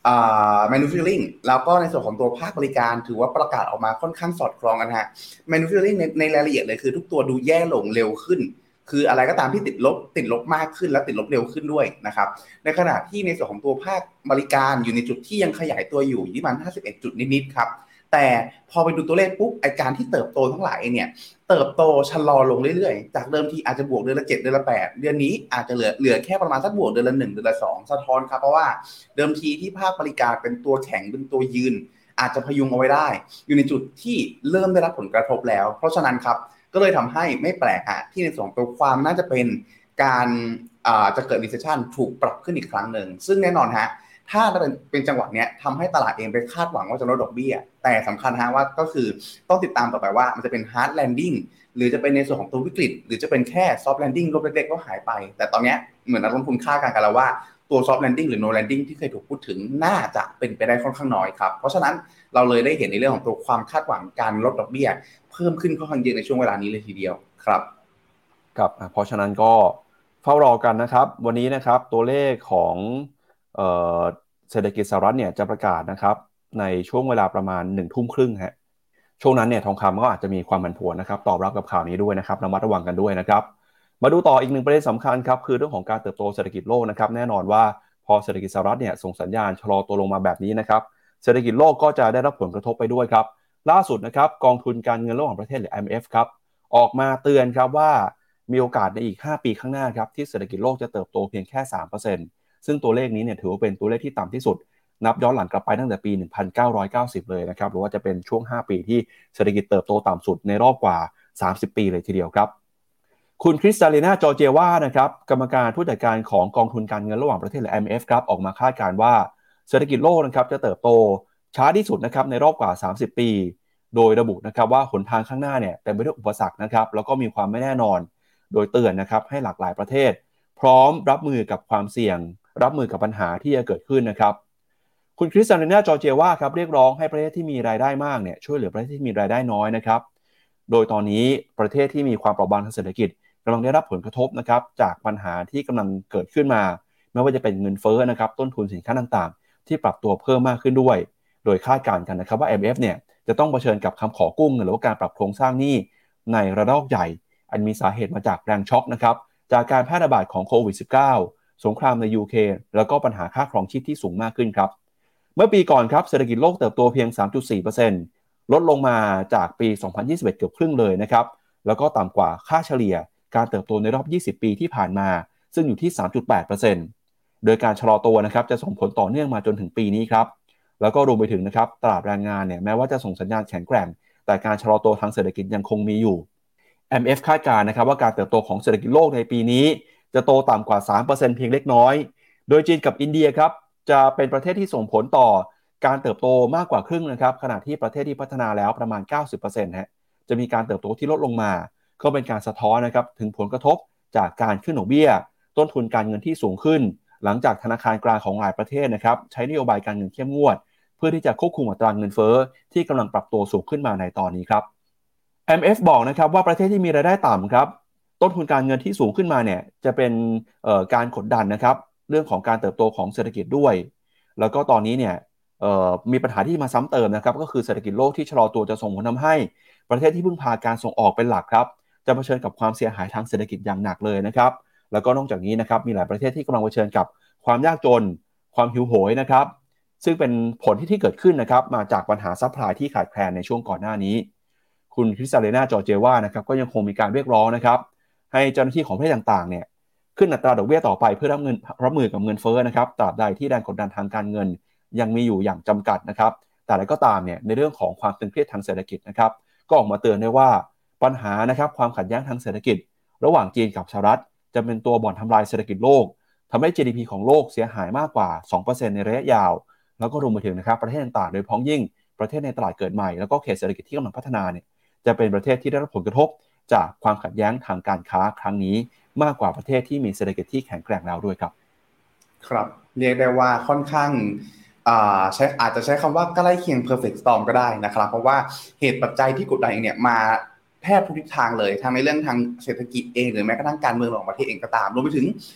อ่า manufacturing แล้วก็ในส่วนของตัวภาคบริการถือว่าประกาศออกมาค่อนข้างสอดคล้องกันฮะ manufacturing ในในรายละเอียดเลยคือทุกตัวดูแย่ลงเร็วขึ้นคืออะไรก็ตามที่ติดลบติดลบมากขึ้นและติดลบเร็วขึ้นด้วยนะครับในขณะที่ในส่วนของตัวภาคบริการอยู่ในจุดที่ยังขยายตัวอยู่ที่ประมาณห้าสิบเอ็ดจุดนิดๆครับแต่พอไปดูตัวเลขปุ๊บไอ้การที่เติบโตทั้งหลายเนี่ยเติบโตชะลอลงเรื่อยๆจากเดิมที่อาจจะบวกเดือนละเจ็ดเดือนละแปดเดือนนี้อาจจะเหลือเหลือแค่ประมาณสักบวกเดือนละหนึ่งเดือนละสองสะท้อนครับเพราะว่าเดิมทีที่ภาคบริการเป็นตัวแข็งเป็นตัวยืนอาจจะพยุงเอาไว้ได้อยู่ในจุดที่เริ่มได้รับผลกระทบแล้วเพราะฉะนั้นครับก็เลยทำให้ไม่แปลกฮะที่ในส่วนตัวความน่าจะเป็นการจะเกิด recession ถูกปรับขึ้นอีกครั้งหนึ่งซึ่งแน่นอนฮะถ้าเป็นเป็นจังหวะเนี้ยทำให้ตลาดเองไปคาดหวังว่าจะลดดอกเบี้ยแต่สำคัญฮะว่าก็คือต้องติดตามต่อไปว่ามันจะเป็น hard landing หรือจะเป็นในส่วนของตัววิกฤตหรือจะเป็นแค่ soft landing ลบเล็กๆก็หายไปแต่ตอนนี้เหมือนนักลงทุนคาดการณ์กันแล้วว่าตัว soft landing หรือ no landing ที่เคยถูกพูดถึงน่าจะเป็นไปได้ค่อนข้างน้อยครับเพราะฉะนั้นเราเลยได้เห็นในเรื่องของตัวความคาดหวังการลดดอกเบี้ยเพิ่มขึ้นค่อนข้างเยอะในช่วงเวลานี้เลยทีเดียวครับครับเพราะฉะนั้นก็เฝ้ารอกันนะครับวันนี้นะครับตัวเลขของเอ่อเศรษฐกิจสหรัฐเนี่ยจะประกาศนะครับในช่วงเวลาประมาณหนึ่งทุ่มครึ่งฮะช่วงนั้นเนี่ยทองคำก็อาจจะมีความผันผวนนะครับตอบรับกับข่าวนี้ด้วยนะครับระมัดระวังกันด้วยนะครับมาดูต่ออีกหนึ่งประเด็นสำคัญครับคือเรื่องของการเติบโตเศรษฐกิจโลกนะครับแน่นอนว่าพอเศรษฐกิจสหรัฐเนี่ยส่งสัญญาณชะลอตัวลงมาแบบนี้นะครับเศรษฐกิจโลกก็จะได้รับผลกระทบไปด้วยครับล่าสุดนะครับกองทุนการเงินระหว่างประเทศหรือ ไอ เอ็ม เอฟ ครับออกมาเตือนครับว่ามีโอกาสในอีกห้าปีข้างหน้าครับที่เศรษฐกิจโลกจะเติบโตเพียงแค่ สามเปอร์เซ็นต์ ซึ่งตัวเลขนี้เนี่ยถือว่าเป็นตัวเลขที่ต่ำที่สุดนับย้อนหลังกลับไปตั้งแต่ปี หนึ่งพันเก้าร้อยเก้าสิบ เลยนะครับหรือว่าจะเป็นช่วงห้าปีที่เศรษฐกิจเติบโตต่ำสุดในรอบกว่าสามสิบปีเลยทีเดียวครับคุณคริสตาลีนาจอร์เจวานะครับกรรมการผู้จัดการของกองทุนการเงินระหว่างประเทศหรือ ไอ เอ็ม เอฟ ครับออกมาคาดการณ์ว่าเศรษฐกิจโลกนะครับจะเติบโตช้าที่สุดนะครับในรอบกว่าสามสิบปีโดยระบุนะครับว่าหนทางข้างหน้าเนี่ยเต็มไปด้วยอุปสรรคนะครับแล้วก็มีความไม่แน่นอนโดยเตือนนะครับให้หลากหลายประเทศพร้อมรับมือกับความเสี่ยงรับมือกับปัญหาที่จะเกิดขึ้นนะครับคุณคริสตาลีนาจอร์เจวาครับเรียกร้องให้ประเทศที่มีรายได้มากเนี่ยช่วยเหลือประเทศที่มีรายได้น้อยนะครับโดยตอนนี้ประเทศที่มีความเปราะบางทางเศรษฐกิจกำลังได้รับผลกระทบนะครับจากปัญหาที่กำลังเกิดขึ้นมาไม่ว่าจะเป็นเงินเฟ้อนะครับต้นทุนสินค้าต่างๆที่ปรับตัวเพิ่มมากขึ้นด้วยโดยคาดการณ์กันนะครับว่า ไอ เอ็ม เอฟ เนี่ยจะต้องเผชิญกับคำขอกู้เงินหรือว่าการปรับโครงสร้างหนี้ในระดับใหญ่อันมีสาเหตุมาจากแรงช็อคนะครับจากการแพร่ระบาดของโควิด สิบเก้า สงครามในยูเครนแล้วก็ปัญหาค่าครองชีพที่สูงมากขึ้นครับเมื่อปีก่อนครับเศรษฐกิจโลกเติบโตเพียง สามจุดสี่เปอร์เซ็นต์ ลดลงมาจากปี สองพันยี่สิบเอ็ด เกือบครึ่งเลยนะครับแล้วก็ต่ำกว่าค่าเฉลี่ยการเติบโตในรอบยี่สิบปีที่ผ่านมาซึ่งอยู่ที่ สามจุดแปดเปอร์เซ็นต์ โดยการชะลอตัวนะครับจะส่งผลต่อเนื่องมาจนถึงปีนี้ครับแล้วก็รวมไปถึงนะครับตลาดแรงงานเนี่ยแม้ว่าจะส่งสัญญาณแข็งแกร่งแต่การชะลอตัวทางเศรษฐกิจยังคงมีอยู่ ไอ เอ็ม เอฟ คาดการณ์นะครับว่าการเติบโตของเศรษฐกิจโลกในปีนี้จะโตต่ำกว่า สามเปอร์เซ็นต์ เพียงเล็กน้อยโดยจีนกับอินเดียครับจะเป็นประเทศที่ส่งผลต่อการเติบโตมากกว่าครึ่งนะครับขณะที่ประเทศที่พัฒนาแล้วประมาณ เก้าสิบเปอร์เซ็นต์ ฮะจะมีการเติบโตที่ลดลงมาก็เป็นการสะท้อนนะครับถึงผลกระทบจากการขึ้นดอกเบี้ยต้นทุนการเงินที่สูงขึ้นหลังจากธนาคารกลางของหลายประเทศนะครับใช้นโยบายการเงินเข้มงวดเพื่อที่จะควบคุมอัตราเงินเฟ้อที่กำลังปรับตัวสูงขึ้นมาในตอนนี้ครับ ไอ เอ็ม เอฟ บอกนะครับว่าประเทศที่มีรายได้ต่ำครับต้นทุนการเงินที่สูงขึ้นมาเนี่ยจะเป็นการกดดันนะครับเรื่องของการเติบโตของเศรษฐกิจด้วยแล้วก็ตอนนี้เนี่ยมีปัญหาที่มาซ้ำเติมนะครับก็คือเศรษฐกิจโลกที่ชะลอตัวจะส่งผลทำให้ประเทศที่พึ่งพาการส่งออกเป็นหลักครับจะเผชิญกับความเสียหายทางเศรษฐกิจอย่างหนักเลยนะครับแล้วก็นอกจากนี้นะครับมีหลายประเทศที่กำลังเผชิญกับความยากจนความหิวโหยนะครับซึ่งเป็นผลที่ที่เกิดขึ้นนะครับมาจากปัญหาซัพพลายที่ขาดแคลนในช่วงก่อนหน้านี้คุณคริสตาลีนาจอร์เจวานะครับก็ยังคงมีการเรียกร้องนะครับให้เจ้าหน้าที่ของประเทศต่างๆเนี่ยขึ้นอัตราดอกเบี้ยต่อไปเพื่อรับเงินรับมือกับเงินเฟ้อนะครับตราบใดที่แรงกดดันทางการเงินยังมีอยู่อย่างจำกัดนะครับแต่อะไรก็ตามเนี่ยในเรื่องของความตึงเครียดทางเศรษฐกิจนะครับก็ออกมาเตือนได้ว่าปัญหานะครับความขัดแย้งทางเศรษฐกิจระหว่างจีนกับสหรัฐจะเป็นตัวบ่อนทำลายเศรษฐกิจโลกทำให้ จี ดี พี ของโลกเสียหายมากกว่า สองเปอร์เซ็นต์ ในระยะยาวแล้วก็รวมไปถึงนะครับประเทศต่างๆโดยเฉพาะยิ่งประเทศในตลาดเกิดใหม่แล้วก็เขตเศรษฐกิจที่กำลังพัฒนาเนี่ยจะเป็นประเทศที่ได้รับผลกระทบจากความขัดแย้งทางการค้าครั้งนี้มากกว่าประเทศที่มีเศรษฐกิจที่แข็งแกร่งแล้วด้วยครับครับเรียกได้ว่าค่อนข้างอ่าใช้อาจจะใช้คำว่าใกล้เคียง perfect storm ก็ได้นะครับเพราะว่าเหตุปัจจัยที่กดดันเองเนี่ยมาแทบทุกทิศทางเลยทั้งในเรื่องทางเศรษฐกิจเองหรือแม้กระทั่งการเมืองของประเทศเองก็ตามรวมไปถึง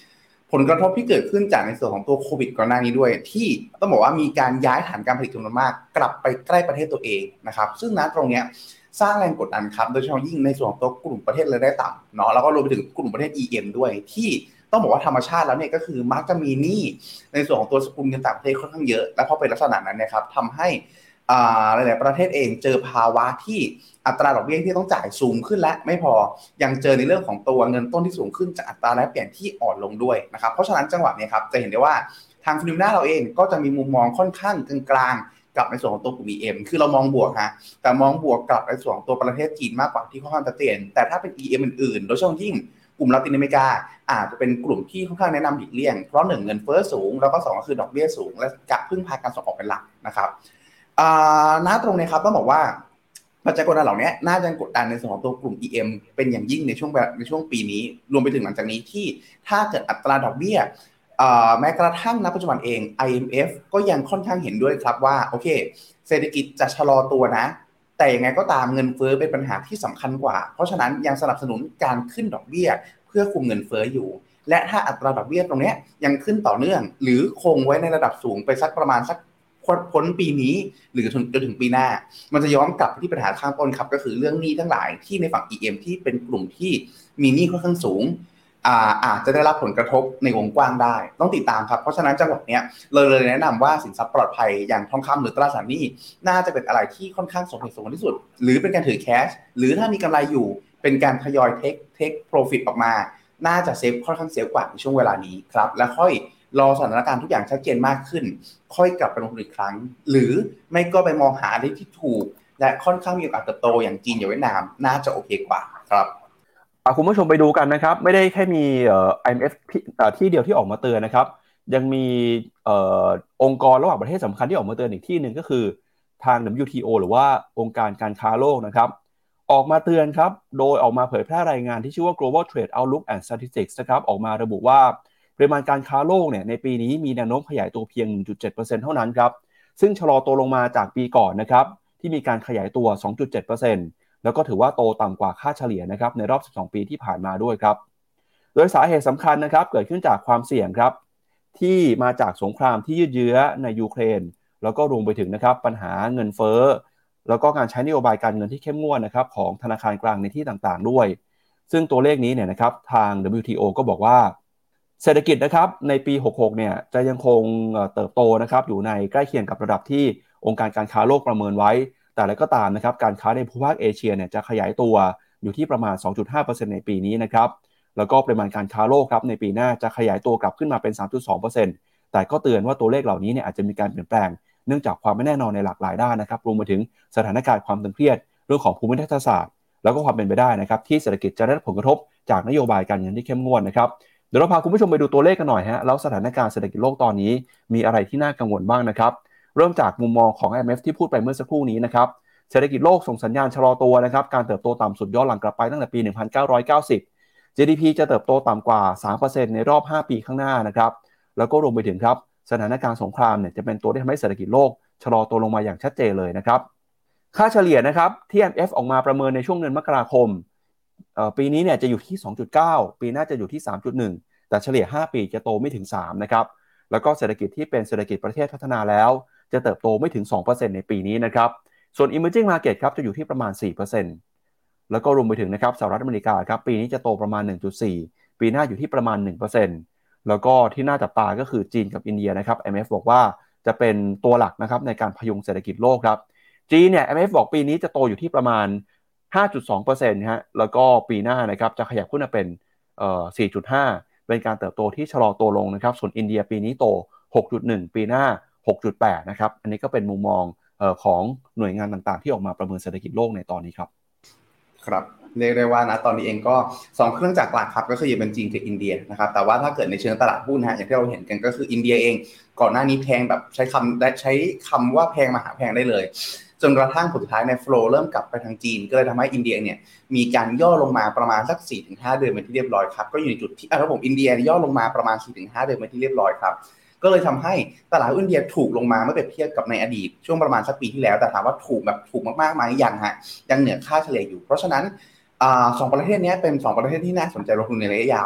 ผลกระทบที่เกิดขึ้นจากในส่วนของตัวโควิดก่อนหน้านี้ด้วยที่ต้องบอกว่ามีการย้ายฐานการผลิตจำนวนมากกลับไปใกล้ประเทศตัวเองนะครับซึ่งณตรงนี้สร้างแรงกดดันครับโดยเฉพาะยิ่งในส่วนของตัวกลุ่มประเทศรายได้ต่ำเนาะแล้วก็รวมไปถึงกลุ่มประเทศ อี เอ็ม ด้วยที่ต้องบอกว่าธรรมชาติแล้วเนี่ยก็คือมักจะมีหนี้ในส่วนของตัวสกุลเงินต่างประเทศค่อนข้างเยอะและพอเป็นลักษณะนั้นนะครับทำให้หลายๆประเทศเองเจอภาวะที่อัตราดอกเบี้ยที่ต้องจ่ายสูงขึ้นและไม่พอยังเจอในเรื่องของตัวเงินต้นที่สูงขึ้นจากอัตราแลกเปลี่ยนที่อ่อนลงด้วยนะครับเพราะฉะนั้นจังหวะนี้ครับจะเห็นได้ว่าทางฟิโนเมนาเราเองก็จะมีมุมมองค่อนข้างกลางๆกับในส่วนของตัวกลุ่ม อี เอ็ม คือเรามองบวกฮะแต่มองบวกกับในส่วนของตัวประเทศจีนมากกว่าที่ค่อนข้างชัดเจนแต่ถ้าเป็น อี เอ็ม อื่นๆโดยเฉพาะยิ่งกลุ่มลาตินอเมริกาอาจจะเป็นกลุ่มที่ค่อนข้างแนะนำหลีกเลี่ยงเพราะหนึ่งเงินเฟ้อสูงแล้วก็สองก็คือดอกเบี้ยสูงและจะพึ่งพาการส่งออกเป็นหลักนะครับอ่าณตรงนี้ครับต้องบอกว่าปัจจัยกดดันเหล่านี้น่าจะกดดันในส่วนของตัวกลุ่ม อี เอ็ม เป็นอย่างยิ่งในช่วงในช่วงปีนี้รวมไปถึงหลังจากนี้ที่ถ้าเกิดอัตราดอกเบี้ยแม้กระทั่งณปัจจุบันเอง ไอ เอ็ม เอฟ ก็ยังค่อนข้างเห็นด้วยครับว่าโอเคเศรษฐกิจจะชะลอตัวนะแต่ยังไงก็ตามเงินเฟ้อเป็นปัญหาที่สำคัญกว่าเพราะฉะนั้นยังสนับสนุนการขึ้นดอกเบี้ยเพื่อคุมเงินเฟ้ออยู่และถ้าอัตราดอกเบี้ยตรงนี้ยังขึ้นต่อเนื่องหรือคงไว้ในระดับสูงไปสักประมาณสักพ้นปีนี้หรือจนจนถึงปีหน้ามันจะย้อนกลับไปที่ปัญหาข้างต้นครับก็คือเรื่องหนี้ทั้งหลายที่ในฝั่ง อี เอ็ม ที่เป็นกลุ่มที่มีหนี้ค่อนข้างสูงอาอาจจะได้รับผลกระทบในวงกว้างได้ต้องติดตามครับเพราะฉะนั้นจังหวะนี้เลยเลยแนะนำว่าสินทรัพย์ปลอดภัยอย่างทองคำหรือตราสารหนี้น่าจะเป็นอะไรที่ค่อนข้างสมเหตุสมผลที่สุดหรือเป็นการถือแคชหรือถ้ามีกำไรอยู่เป็นการทยอยเทคเทคโปรฟิตออกมาน่าจะเซฟค่อนข้างเซฟกว่าในช่วงเวลานี้ครับแล้วค่อยรอสถานการณ์ทุกอย่างชัดเจนมากขึ้นค่อยกลับไปลงทุนอีกครั้งหรือไม่ก็ไปมองหาอะไรที่ถูกและค่อนข้างมีโอกาสเติบโตอย่างจีนอย่างเวียดนามน่าจะโอเคกว่าครับคุณผู้ชมไปดูกันนะครับไม่ได้แค่มีเอ่อ ไอ เอ็ม เอฟ ที่เดียวที่ออกมาเตือนนะครับยังมีเอ่อองค์กรระหว่างประเทศสำคัญที่ออกมาเตือนอีกที่หนึ่งก็คือทาง ดับเบิลยู ที โอ หรือว่าองค์การการค้าโลกนะครับออกมาเตือนครับโดยออกมาเผยแพร่รายงานที่ชื่อว่า Global Trade Outlook and Statistics นะครับออกมาระบุว่าปริมาณการค้าโลกเนี่ยในปีนี้มีแนวโน้มขยายตัวเพียง หนึ่งจุดเจ็ดเปอร์เซ็นต์ เท่านั้นครับซึ่งชะลอตัวลงมาจากปีก่อนนะครับที่มีการขยายตัว สองจุดเจ็ดเปอร์เซ็นต์ แล้วก็ถือว่าโตต่ำกว่าค่าเฉลี่ยนะครับในรอบสิบสองปีที่ผ่านมาด้วยครับโดยสาเหตุสำคัญนะครับเกิดขึ้นจากความเสี่ยงครับที่มาจากสงครามที่ยืดเยื้อในยูเครนแล้วก็รวมไปถึงนะครับปัญหาเงินเฟ้อแล้วก็การใช้นโยบายการเงินที่เข้มงวดนะครับของธนาคารกลางในที่ต่างๆด้วยซึ่งตัวเลขนี้เนี่ยนะครับทาง ดับเบิลยู ที โอ ก็บอกว่าเศรษฐกิจนะครับในปีหกสิบหกเนี่ยจะยังคงเติบโตนะครับอยู่ในใกล้เคียงกับระดับที่องค์การการค้าโลกประเมินไว้แต่อะไรก็ตามนะครับการค้าในภูมิภาคเอเชียเนี่ยจะขยายตัวอยู่ที่ประมาณ สองจุดห้าเปอร์เซ็นต์ ในปีนี้นะครับแล้วก็ปริมาณการค้าโลกครับในปีหน้าจะขยายตัวกลับขึ้นมาเป็น สามจุดสองเปอร์เซ็นต์ แต่ก็เตือนว่าตัวเลขเหล่านี้เนี่ยอาจจะมีการเปลี่ยนแปลงเนื่องจากความไม่แน่นอนในหลากหลายด้านนะครับรวมไปถึงสถานการณ์ความตึงเครียดเรื่องของภูมิรัฐศาสตร์แล้วก็ความเป็นไปได้นะครับที่เศรษฐกิจจะได้รับผลกระทบจากนโยบายการเงินที่เข้มงวดนะครับเดี๋ยวเราพาคุณผู้ชมไปดูตัวเลขกันหน่อยฮะแล้วสถานการณ์เศรษฐกิจโลกตอนนี้มีอะไรที่น่ากังวลบ้างนะครับเริ่มจากมุมมองของ ไอ เอ็ม เอฟ ที่พูดไปเมื่อสักครู่นี้นะครับเศรษฐกิจโลกส่งสัญญาณชะลอตัวนะครับการเติบโตต่ำสุดย้อนหลังกลับไปตั้งแต่ปีหนึ่งพันเก้าร้อยเก้าสิบ จี ดี พี จะเติบโตต่ำกว่า สามเปอร์เซ็นต์ ในรอบห้าปีข้างหน้านะครับแล้วก็รวมไปถึงครับสถานการณ์สงครามเนี่ยจะเป็นตัวที่ทำให้เศรษฐกิจโลกชะลอตัวลงมาอย่างชัดเจนเลยนะครับค่าเฉลี่ยนะครับที่ ไอ เอ็ม เอฟ ออกมาประเมินในช่วงเดือนมกราคมปีนี้เนี่ยจะอยู่ที่ สองจุดเก้า ปีหน้าจะอยู่ที่ สามจุดหนึ่ง แต่เฉลี่ยห้าปีจะโตไม่ถึงสามนะครับแล้วก็เศรษฐกิจที่เป็นเศรษฐกิจประเทศพัฒนาแล้วจะเติบโตไม่ถึง สองเปอร์เซ็นต์ ในปีนี้นะครับส่วน Emerging Market ครับจะอยู่ที่ประมาณ สี่เปอร์เซ็นต์ แล้วก็รวมไปถึงนะครับสหรัฐอเมริกาครับปีนี้จะโตประมาณ หนึ่งจุดสี่ ปีหน้าอยู่ที่ประมาณ หนึ่งเปอร์เซ็นต์ แล้วก็ที่น่าจับตาก็คือจีนกับอินเดียนะครับ ไอ เอ็ม เอฟ บอกว่าจะเป็นตัวหลักนะครับในการพยุงเศรษฐกิจโลกครับจีนเนี่ย ไอ เอ็ม เอฟ บอกปีนี้จะโตอยู่ที่ประมาณ ห้าจุดสองเปอร์เซ็นต์ ฮะแล้วก็ปีหน้านะครับจะขยับขึ้นมาเป็นเอ่อ สี่จุดห้า เป็นการเติบโตที่ชะลอตัวลงนะครับส่วนอินเดียปีนี้โต หกจุดหนึ่ง ปีหน้า หกจุดแปด นะครับอันนี้ก็เป็นมุมมองเอ่อของหน่วยงานต่างๆที่ออกมาประเมินเศรษฐกิจโลกในตอนนี้ครับครับเรียกได้ว่านะตอนนี้เองก็สองเครื่องจักรหลักครับก็คือจะเป็นจีนกับอินเดียนะครับแต่ว่าถ้าเกิดในเชิงตลาดหุ้นฮะอย่างที่เราเห็นกันก็คืออินเดียเองก่อนหน้านี้แพงแบบใช้คำได้ใช้คำว่าแพงมหาแพงได้เลยจนกระทั่งผลสุดท้ายในโฟลว์เริ่มกลับไปทางจีนก็เลยทำให้อินเดียเนี่ยมีการย่อลงมาประมาณสัก สี่ถึงห้า เดือนเป็นที่เรียบร้อยครับก็อยู่ในจุดที่อ่ะครับผมอินเดียย่อลงมาประมาณ สี่ถึงห้า เดือนเป็นที่เรียบร้อยครับก็เลยทำให้ตลาดอินเดียถูกลงมาเมื่อเปรียบเทียบกับในอดีตช่วงประมาณสักปีที่แล้วแต่ถามว่าถูกแบบถูกมากๆไหมยังฮะยังเหนือค่าเฉลี่ยอยู่เพราะฉะนั้นอ่าสองประเทศนี้เป็นสองประเทศที่น่าสนใจลงทุนในระยะยาว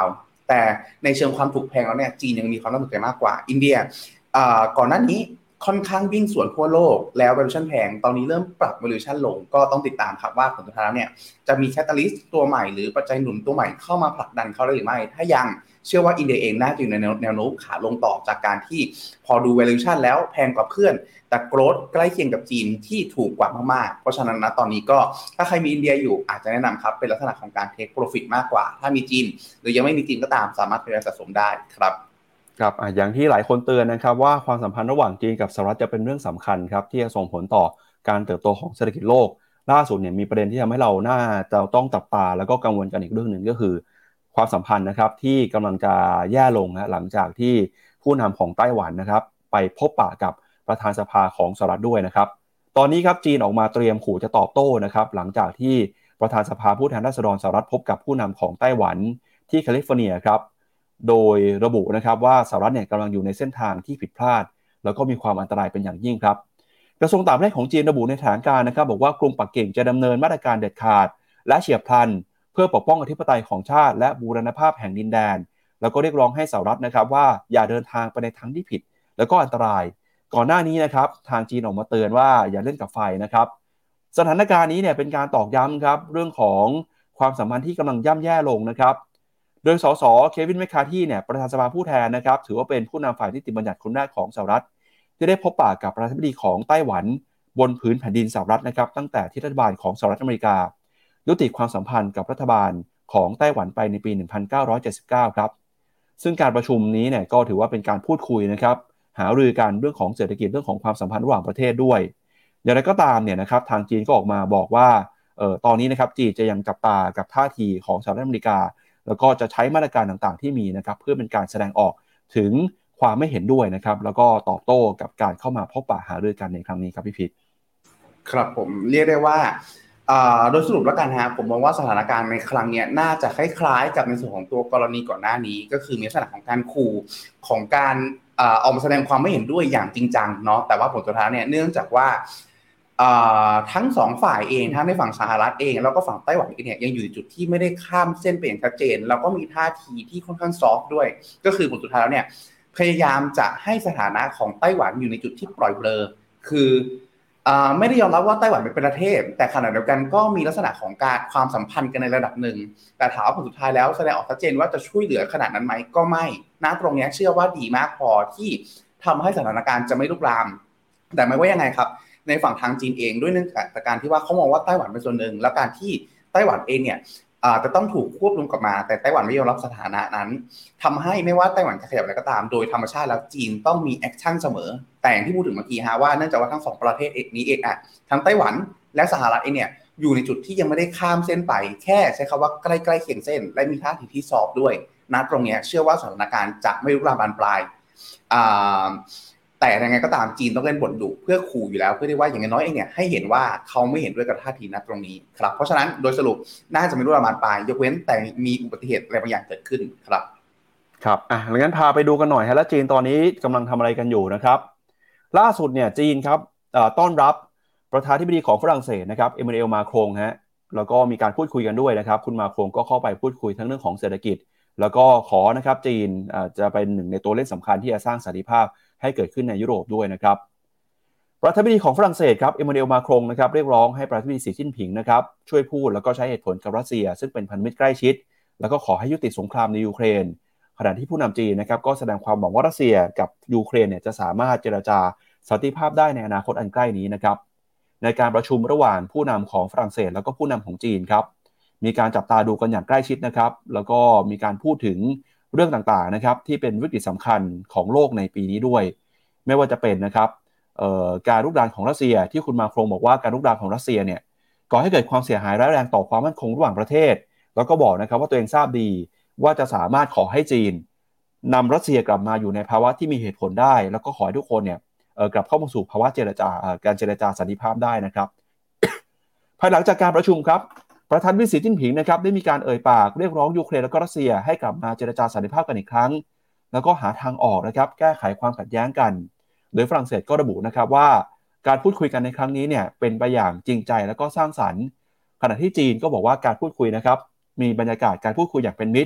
แต่ในเชิงความถูกแพงแล้วเนี่ยจีนยังมีความน่าสนใจมากกว่าอินเดียก่อนหน้านี้ค่อนข้างวิ่งสวนทั่วโลกแล้ว valuation แพงตอนนี้เริ่มปรับ valuation ลงก็ต้องติดตามครับว่าผลสุดท้ายแล้วเนี่ยจะมี catalyst ตัวใหม่หรือปัจจัยหนุนตัวใหม่เข้ามาผลักดันเขาได้หรือไม่ถ้ายังเชื่อว่าอินเดียเองน่าจะอยู่ในแนวโน้มขาลงต่อจากการที่พอดู valuation แล้วแพงกว่าเพื่อนแต่ growth ใกล้เคียงกับจีนที่ถูกกว่ามากๆเพราะฉะนั้นนะตอนนี้ก็ถ้าใครมีอินเดียอยู่อาจจะแนะนำครับเป็นลักษณะของการ take profit มากกว่าถ้ามีจีนหรือยังไม่มีจีนก็ตามสามารถเป็นการสะสมได้ครับครับอ่ะอย่างที่หลายคนเตือนนะครับว่าความสัมพันธ์ระหว่างจีนกับสหรัฐจะเป็นเรื่องสำคัญครับที่จะส่งผลต่อการเติบโตของเศรษฐกิจโลกล่าสุดเนี่ยมีประเด็นที่ทำให้เราน่าจะต้องจับตาแล้วก็กังวลกันอีกเรื่องหนึ่งก็คือความสัมพันธ์นะครับที่กำลังจะแย่ลงนะหลังจากที่ผู้นำของไต้หวันนะครับไปพบปะกับประธานสภาของสหรัฐด้วยนะครับตอนนี้ครับจีนออกมาเตรียมขู่จะตอบโต้นะครับหลังจากที่ประธานสภาผู้แทนราษฎรสหรัฐพบกับผู้นำของไต้หวันที่แคลิฟอร์เนียครับโดยระบุนะครับว่าสหรัฐเนี่ยกำลังอยู่ในเส้นทางที่ผิดพลาดแล้วก็มีความอันตรายเป็นอย่างยิ่งครับกระทรวงต่างประเทศของจีนระบุในแถลงการณ์นะครับบอกว่ากรุงปักกิ่งจะดำเนินมาตรการเด็ดขาดและเฉียบพลันเพื่อปกป้องอธิปไตยของชาติและบูรณภาพแห่งดินแดนแล้วก็เรียกร้องให้สหรัฐนะครับว่าอย่าเดินทางไปในทางที่ผิดแล้วก็อันตรายก่อนหน้านี้นะครับทางจีนออกมาเตือนว่าอย่าเล่นกับไฟนะครับสถานการณ์นี้เนี่ยเป็นการตอกย้ำครับเรื่องของความสัมพันธ์ที่กำลังย่ำแย่ลงนะครับโดยสสเควินแมคคาธีเนี่ยประธานสภาผู้แทนนะครับถือว่าเป็นผู้นำฝ่ายนิติบัญญัติคนแรกของสหรัฐที่ได้พบปะกับประธานาธิบดีของไต้หวันบนพื้นแผ่นดินสหรัฐนะครับตั้งแต่ที่รัฐบาลของสหรัฐอเมริกายุติความสัมพันธ์กับรัฐบาลของไต้หวันไปในปี หนึ่งพันเก้าร้อยเจ็ดสิบเก้า ครับซึ่งการประชุมนี้เนี่ยก็ถือว่าเป็นการพูดคุยนะครับหารือกันเรื่องของเศรษฐกิจเรื่องของความสัมพันธ์ระหว่างประเทศด้วยอย่างไรก็ตามเนี่ยนะครับทางจีนก็ออกมาบอกว่าเอ่อตอนนี้นะครับจีนจะยังจับตากับท่าทีของสหรัฐอเมริกาแล้วก็จะใช้มาตรการต่างๆที่มีนะครับเพื่อเป็นการแสดงออกถึงความไม่เห็นด้วยนะครับแล้วก็ตอบโต้กับการเข้ามาพบปะหารือกันในครั้งนี้ครับพี่พิษครับผมเรียกได้ว่าโดยสรุปแล้วกันฮะผมมองว่าสถานการณ์ในครั้งนี้น่าจะคล้ายๆกับในส่วนของตัวกรณีก่อนหน้านี้ก็คือมีลักษณะของการขู่ของการออกมาแสดงความไม่เห็นด้วยอย่างจริงจังเนาะแต่ว่าผลสุดท้ายเนี่ยเนื่องจากว่าทั้งสองฝ่ายเองทั้งในฝั่งสหรัฐเองแล้วก็ฝั่งไต้หวันเองเนี่ยยังอยู่ในจุดที่ไม่ได้ข้ามเส้นไปอย่างชัดเจนแล้วก็มีท่าทีที่ค่อนข้างซอฟต์ด้วยก็คือผลสุดท้ายแล้วเนี่ยพยายามจะให้สถานะของไต้หวันอยู่ในจุดที่ปล่อยเบลอคือไม่ได้ยอมรับว่าไต้หวันเป็นประเทศแต่ขณะเดียวกันก็มีลักษณะของการความสัมพันธ์กันในระดับหนึ่งแต่ถามว่าผลสุดท้ายแล้วแสดงออกชัดเจนว่าจะช่วยเหลือขนาดนั้นไหมก็ไม่ณตรงนี้เชื่อว่าดีมากพอที่ทำให้สถานการณ์จะไม่ลุกลามแต่ไม่ว่ายังไงครับในฝั่งทางจีนเองด้วยเนื่องจากการที่ว่าเขามองว่าไต้หวันเป็นส่วนหนึ่งแล้วการที่ไต้หวันเองเนี่ยจะต้องถูกควบรวมกลับมาแต่ไต้หวันไม่ยอมรับสถานะนั้นทำให้ไม่ว่าไต้หวันจะขยับอะไรก็ตามโดยธรรมชาติแล้วจีนต้องมีแอคชั่นเสมอแต่อย่างที่พูดถึงเมื่อกี้ฮะว่าเนื่องจากว่าทั้งสองประเทศนี้เองอ่ะทั้งไต้หวันและสหรัฐเองเนี่ยอยู่ในจุดที่ยังไม่ได้ข้ามเส้นไปแค่ใช้คำว่าใกล้ๆเคียงเส้นและมีท่าทีที่ซอฟต์ด้วยณตรงนี้เชื่อว่าสถานการณ์จะไม่ลุกลามบานปลายแต่ยังไงก็ตามจีนต้องเล่นบทดุเพื่อขู่อยู่แล้วเพื่อที่ว่าอย่างน้อยเองเนี่ยให้เห็นว่าเขาไม่เห็นด้วยกับท่าทีณตรงนี้ครับเพราะฉะนั้นโดยสรุปน่าจะไม่ลุกลามบานปลายยกเว้นแต่มีอุบัติเหตุอะไรบางอย่างเกิดขึ้นครับครับอ่ะงั้นพาไปดูกันหน่อยฮะแล้วจีนตอนนี้กำลังทำอะไรกันอยู่นะครับล่าสุดเนี่ยจีนครับต้อนรับประธานาธิบดีของฝรั่งเศสนะครับเอมานูเอลมาโครงฮะแล้วก็มีการพูดคุยกันด้วยนะครับคุณมาโครงก็เข้าไปพูดคุยทั้งเรื่องของเศรษฐกิจแล้วก็ขอนะครับจีนจะเป็นหนึ่งในตัวเล่นสำคัญที่จะสร้างสันติภาพให้เกิดขึ้นในยุโรปด้วยนะครับประธานาธิบดีของฝรั่งเศสครับเอมานูเอลมาโครงนะครับเรียกร้องให้ประธานาธิบดีสีจิ้นผิงนะครับช่วยพูดแล้วก็ใช้เหตุผลกับรัสเซียซึ่งเป็นพันธมิตรใกล้ชิดแล้วก็ขอให้ยุติสงครามในยูเครนขณะที่ผู้นำจีนนะครับก็แสดงความหวังว่ารัสเซียกับยูเครนเนี่ยจะสามารถเจรจาสันติภาพได้ในอนาคตอันใกล้นี้นะครับในการประชุมระหว่างผู้นำของฝรั่งเศสแล้วก็ผู้นำของจีนครับมีการจับตาดูกันอย่างใกล้ชิดนะครับแล้วก็มีการพูดถึงเรื่องต่างๆนะครับที่เป็นวิกฤตสำคัญของโลกในปีนี้ด้วยไม่ว่าจะเป็นนะครับการรุกรานของรัสเซียที่คุณมาโครงบอกว่าการรุกรานของรัสเซียเนี่ยก่อให้เกิดความเสียหายร้ายแรงต่อความมั่นคงระหว่างประเทศแล้วก็บอกนะครับว่าตัวเองทราบดีว่าจะสามารถขอให้จีนนำรัสเซียกลับมาอยู่ในภาวะที่มีเหตุผลได้แล้วก็ขอให้ทุกคนเนี่ยกลับเข้ามาสู่ภาวะเจรจาการเจรจาสันติภาพได้นะครับ ภายหลังจากการประชุมครับประธานาธิบดีสีจิ้นผิงนะครับได้มีการเอ่ยปากเรียกร้องยูเครนและก็รัสเซียให้กลับมาเจรจาสันติภาพกันอีกครั้งแล้วก็หาทางออกนะครับแก้ไขความขัดแย้งกันโดยฝรั่งเศสก็ระบุนะครับว่าการพูดคุยกันในครั้งนี้เนี่ยเป็นไปอย่างจริงใจและก็สร้างสรรค์ขณะที่จีนก็บอกว่าการพูดคุยนะครับมีบรรยากาศการพูดคุยอย่างเป็นมิตร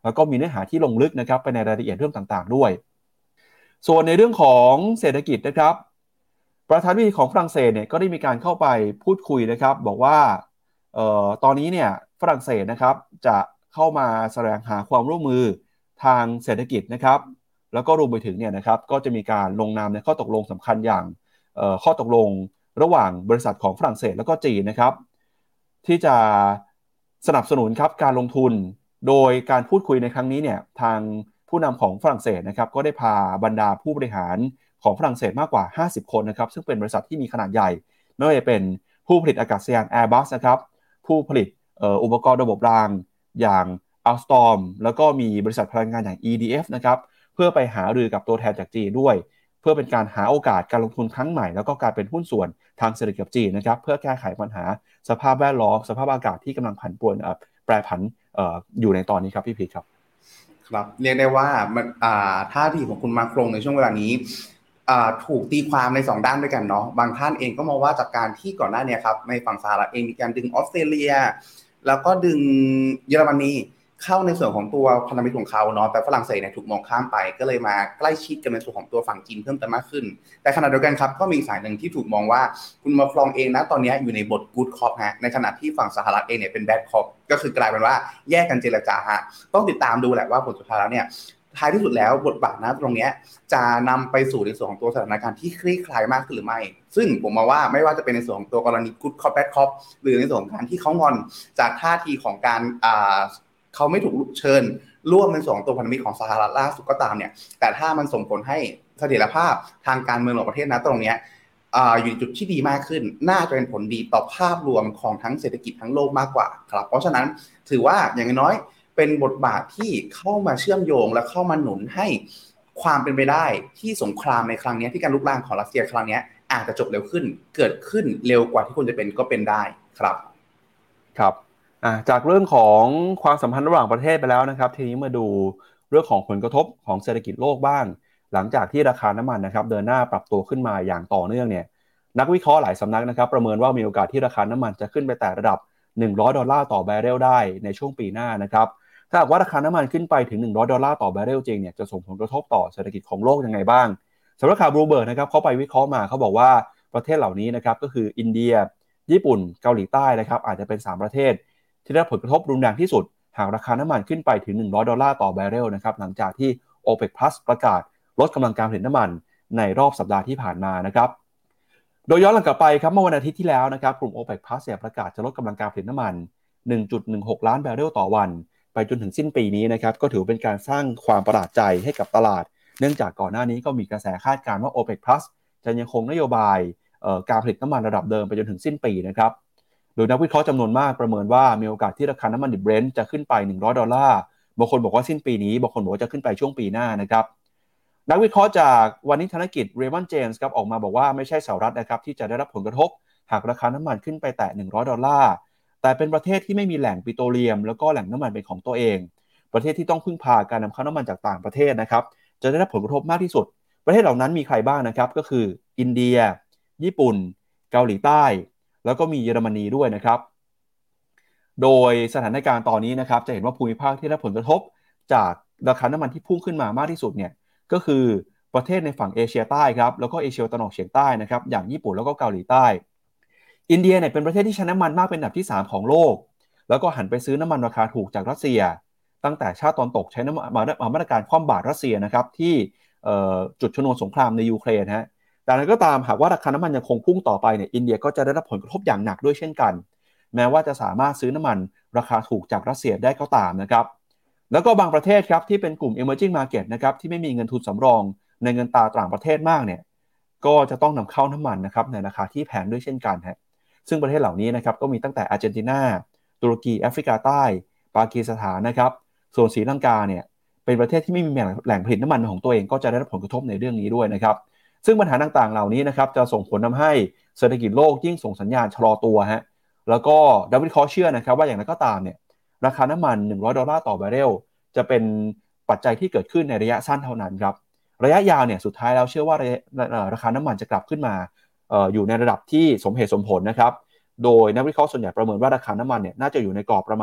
แล้วก็มีเนื้อหาที่ลงลึกนะครับไปในรายละเอียดเรื่องต่างๆด้วยส่วนในเรื่องของเศรษฐกิจนะครับประธานาธิบดีของฝรั่งเศสเนี่ยก็ได้มีการเข้าไปพูดคุยนะครับบอกว่าเอ่อตอนนี้เนี่ยฝรั่งเศสนะครับจะเข้ามาแสวงหาความร่วมมือทางเศรษฐกิจนะครับแล้วก็รวมไปถึงเนี่ยนะครับก็จะมีการลงนามในข้อตกลงสำคัญอย่างเอ่อข้อตกลงระหว่างบริษัทของฝรั่งเศสแล้วก็จีนนะครับที่จะสนับสนุนครับการลงทุนโดยการพูดคุยในครั้งนี้เนี่ยทางผู้นำของฝรั่งเศสนะครับก็ได้พาบรรดาผู้บริหารของฝรั่งเศสมากกว่าห้าสิบคนนะครับซึ่งเป็นบริษัทที่มีขนาดใหญ่ไม่ว่าจะเป็นผู้ผลิตอากาศยาน Airbus นะครับผู้ผลิตอุปกรณ์ระบบรางอย่าง Alstom แล้วก็มีบริษัทพลังงานอย่าง อี ดี เอฟ นะครับเพื่อไปหารือกับตัวแทนจากจีนด้วยเพื่อเป็นการหาโอกาสการลงทุนครั้งใหม่แล้วก็การเป็นหุ้นส่วนทางเศรษฐกิจจีนนะครับเพื่อแก้ไขปัญหาสภาพแวดล้อมสภาพอากาศที่กำลังผันผวนแปรผันอยู่ในตอนนี้ครับพี่พีครับครับเรียกได้ว่ามันท่าทีของคุณมาครงในช่วงเวลานี้ถูกตีความในสองด้านด้วยกันเนาะบางท่านเองก็มองว่าจากการที่ก่อนหน้านี้ครับในฝั่งสหรัฐเองมีการดึงออสเตรเลียแล้วก็ดึงเยอรมนีเข้าในส่วนของตัวพันธมิตรของเขาเนาะแต่ฝรั่งเศสเนี่ยถูกมองข้ามไปก็เลยมาใกล้ชิดกันในส่วนของตัวฝั่งจีนเพิ่มเติมมากขึ้นแต่ขณะเดียวกันครับก็มีสายหนึ่งที่ถูกมองว่าคุณมาครองเองนะตอนนี้อยู่ในบทกู๊ดคอปฮะในขณะที่ฝั่งสหรัฐเองเนี่ยเป็นแบดคอปก็คือกลายเป็นว่าแยกกันเจรจาฮะต้องติดตามดูแหละว่าผลสุดท้ายแล้วเนี่ยท้ายที่สุดแล้วบทบาทนะตรงนี้จะนำไปสู่ในส่วนของตัวสถานการณ์ที่คลี่คลายมากขึ้นหรือไม่ซึ่งผมมองว่าไม่ว่าจะเป็นในส่วนของตัวกรณีกู๊ดคอปแบดคอปหรือในส่วนของการที่เขางอนจากท่าทีของการอ่าเขาไม่ถูกเชิญร่วมในส่วนของตัวพันธมิตรของสหรัฐล่าสุดก็ตามเนี่ยแต่ถ้ามันส่งผลให้เสถียรภาพทางการเมืองของประเทศนะตรงนี้อ่าอยู่ในจุดที่ดีมากขึ้นน่าจะเป็นผลดีต่อภาพรวมของทั้งเศรษฐกิจทั้งโลกมากกว่าครับเพราะฉะนั้นถือว่าอย่างน้อยเป็นบทบาทที่เข้ามาเชื่อมโยงและเข้ามาหนุนให้ความเป็นไปได้ที่สงครามในครั้งนี้ที่การลุกลามของรัสเซียครั้งนี้อาจจะจบเร็วขึ้นเกิดขึ้นเร็วกว่าที่ควรจะเป็นก็เป็นได้ครับครับจากเรื่องของความสัมพันธ์ระหว่างประเทศไปแล้วนะครับทีนี้มาดูเรื่องของผลกระทบของเศรษฐกิจโลกบ้างหลังจากที่ราคาน้ำมันนะครับเดินหน้าปรับตัวขึ้นมาอย่างต่อเนื่องเนี่ยนักวิเคราะห์หลายสำนักนะครับประเมินว่ามีโอกาสที่ราคาน้ำมันจะขึ้นไปแตะระดับหนึ่งร้อยดอลลาร์ต่อแบเรลได้ในช่วงปีหน้านะครับถ้าหากว่าราคาน้ำมันขึ้นไปถึงหนึ่งร้อยดอลลาร์ต่อแบเรลจริงเนี่ยจะส่งผลกระทบต่อเศรษฐกิจของโลกยังไงบ้างสำนักข่าวบลูเบิร์กนะครับเขาไปวิเคราะห์มาเขาบอกว่าประเทศเหล่านี้นะครับก็คืออินเดียญี่ปุ่นเกาหลีใต้นะครับอาจจะเป็นสามประเทศที่ได้รับผลกระทบรุนแรงที่สุดหากราคาน้ำมันขึ้นไปถึงหนึ่งร้อยดอลลาร์ต่อแบเรลนะครับหลังจากที่ โอเปก Plus ประกาศลดกำลังการผลิตน้ำมันในรอบสัปดาห์ที่ผ่านมานะครับโดยย้อนหลังกลับไปครับเมื่อวันอาทิตย์ที่แล้วนะครับกลุ่ม โอเปก Plus ประกาศจะลดกำลังการผลิตน้ำมัน หนึ่งจุดหนึ่งหก ล้านแบเรลต่อวันไปจนถึงสิ้นปีนี้นะครับก็ถือเป็นการสร้างความประหลาดใจให้กับตลาดเนื่องจากก่อนหน้านี้ก็มีกระแสคาดการณ์ว่า โอเปก Plus จะยังคงนโยบายการผลิตน้ำมันระดับเดิมไปจนถึงสิ้นปีนะครับโดยนักวิเคราะห์จำนวนมากประเมินว่ามีโอกาสที่ราคาน้ำมันดิบเบรนท์จะขึ้นไปหนึ่งร้อยดอลลาร์บางคนบอกว่าสิ้นปีนี้บางคนบอกว่าจะขึ้นไปช่วงปีหน้านะครับนักวิเคราะห์จากวานิชธนกิจ Raymond James ครับออกมาบอกว่าไม่ใช่สหรัฐนะครับที่จะได้รับผลกระทบหากราคาน้ำมันขึ้นไปแตะหนึ่งร้อยดอลลาร์แต่เป็นประเทศที่ไม่มีแหล่งปิโตรเลียมแล้วก็แหล่งน้ำมันเป็นของตัวเองประเทศที่ต้องพึ่งพาการนำเข้าน้ำมันจากต่างประเทศนะครับจะได้รับผลกระทบมากที่สุดประเทศเหล่านั้นมีใครบ้างนะครับก็คืออินเดียญี่ปุ่นเกาหลีใต้แล้วก็มีเยอรมนีด้วยนะครับโดยสถานการณ์ตอนนี้นะครับจะเห็นว่าภูมิภาคที่ได้ผลกระทบจากราคาน้ำมันที่พุ่งขึ้นมามากที่สุดเนี่ยก็คือประเทศในฝั่งเอเชียใต้ครับแล้วก็เอเชียตะวันออกเฉียงใต้นะครับอย่างญี่ปุ่นแล้วก็เกาหลีใต้อินเดียเนี่ยเป็นประเทศที่ใช้น้ำมันมากเป็นอันดับที่สามของโลกแล้วก็หันไปซื้อน้ำมันราคาถูกจากรัสเซียตั้งแต่ชาติตะวันตกใช้น้ำมันมาตรการคว่ำบาตรรัสเซียนะครับที่จุดชนวนสงครามในยูเครนฮะแต่นั้นก็ตามหากว่าราคาน้ำมันยังคงพุ่งต่อไปเนี่ยอินเดียก็จะได้รับผลกระทบอย่างหนักด้วยเช่นกันแม้ว่าจะสามารถซื้อน้ำมันราคาถูกจากรัสเซียได้ก็ตามนะครับแล้วก็บางประเทศครับที่เป็นกลุ่ม emerging market นะครับที่ไม่มีเงินทุนสำรองในเงินตราต่างประเทศมากเนี่ยก็จะต้องนำเข้าน้ำมันนะครับในราคาที่แพงด้วยเช่นกันฮะซึ่งประเทศเหล่านี้นะครับก็มีตั้งแต่อาร์เจนตินาตุรกีแอฟริกาใต้ปากีสถานนะครับส่วนศรีลังกาเนี่ยเป็นประเทศที่ไม่มีแหล่งผลิตน้ำมันของตัวเองก็จะได้รับผลกระทบในเรื่องนี้ด้วยนะครับซึ่งปัญหาต่างๆเหล่านี้นะครับจะส่งผลทำให้เศรษฐกิจโลกยิ่งส่งสัญญาณชะลอตัวฮะแล้วก็นักวิเคราะห์เชื่อนะครับว่าอย่างไรก็ตามเนี่ยราคาน้ำมันหนึ่งร้อยดอลลาร์ต่อแบเรลจะเป็นปัจจัยที่เกิดขึ้นในระยะสั้นเท่านั้นครับระยะยาวเนี่ยสุดท้ายแล้วเชื่อว่าราคาน้ำมันจะกลับขึ้นมา อ, ออยู่ในระดับที่สมเหตุสมผลนะครับโดยนักวิเคราะห์ส่วนใหญ่ประเมินว่าราคาน้ำมันเนี่ยน่าจะอยู่ในกรอบประมาณ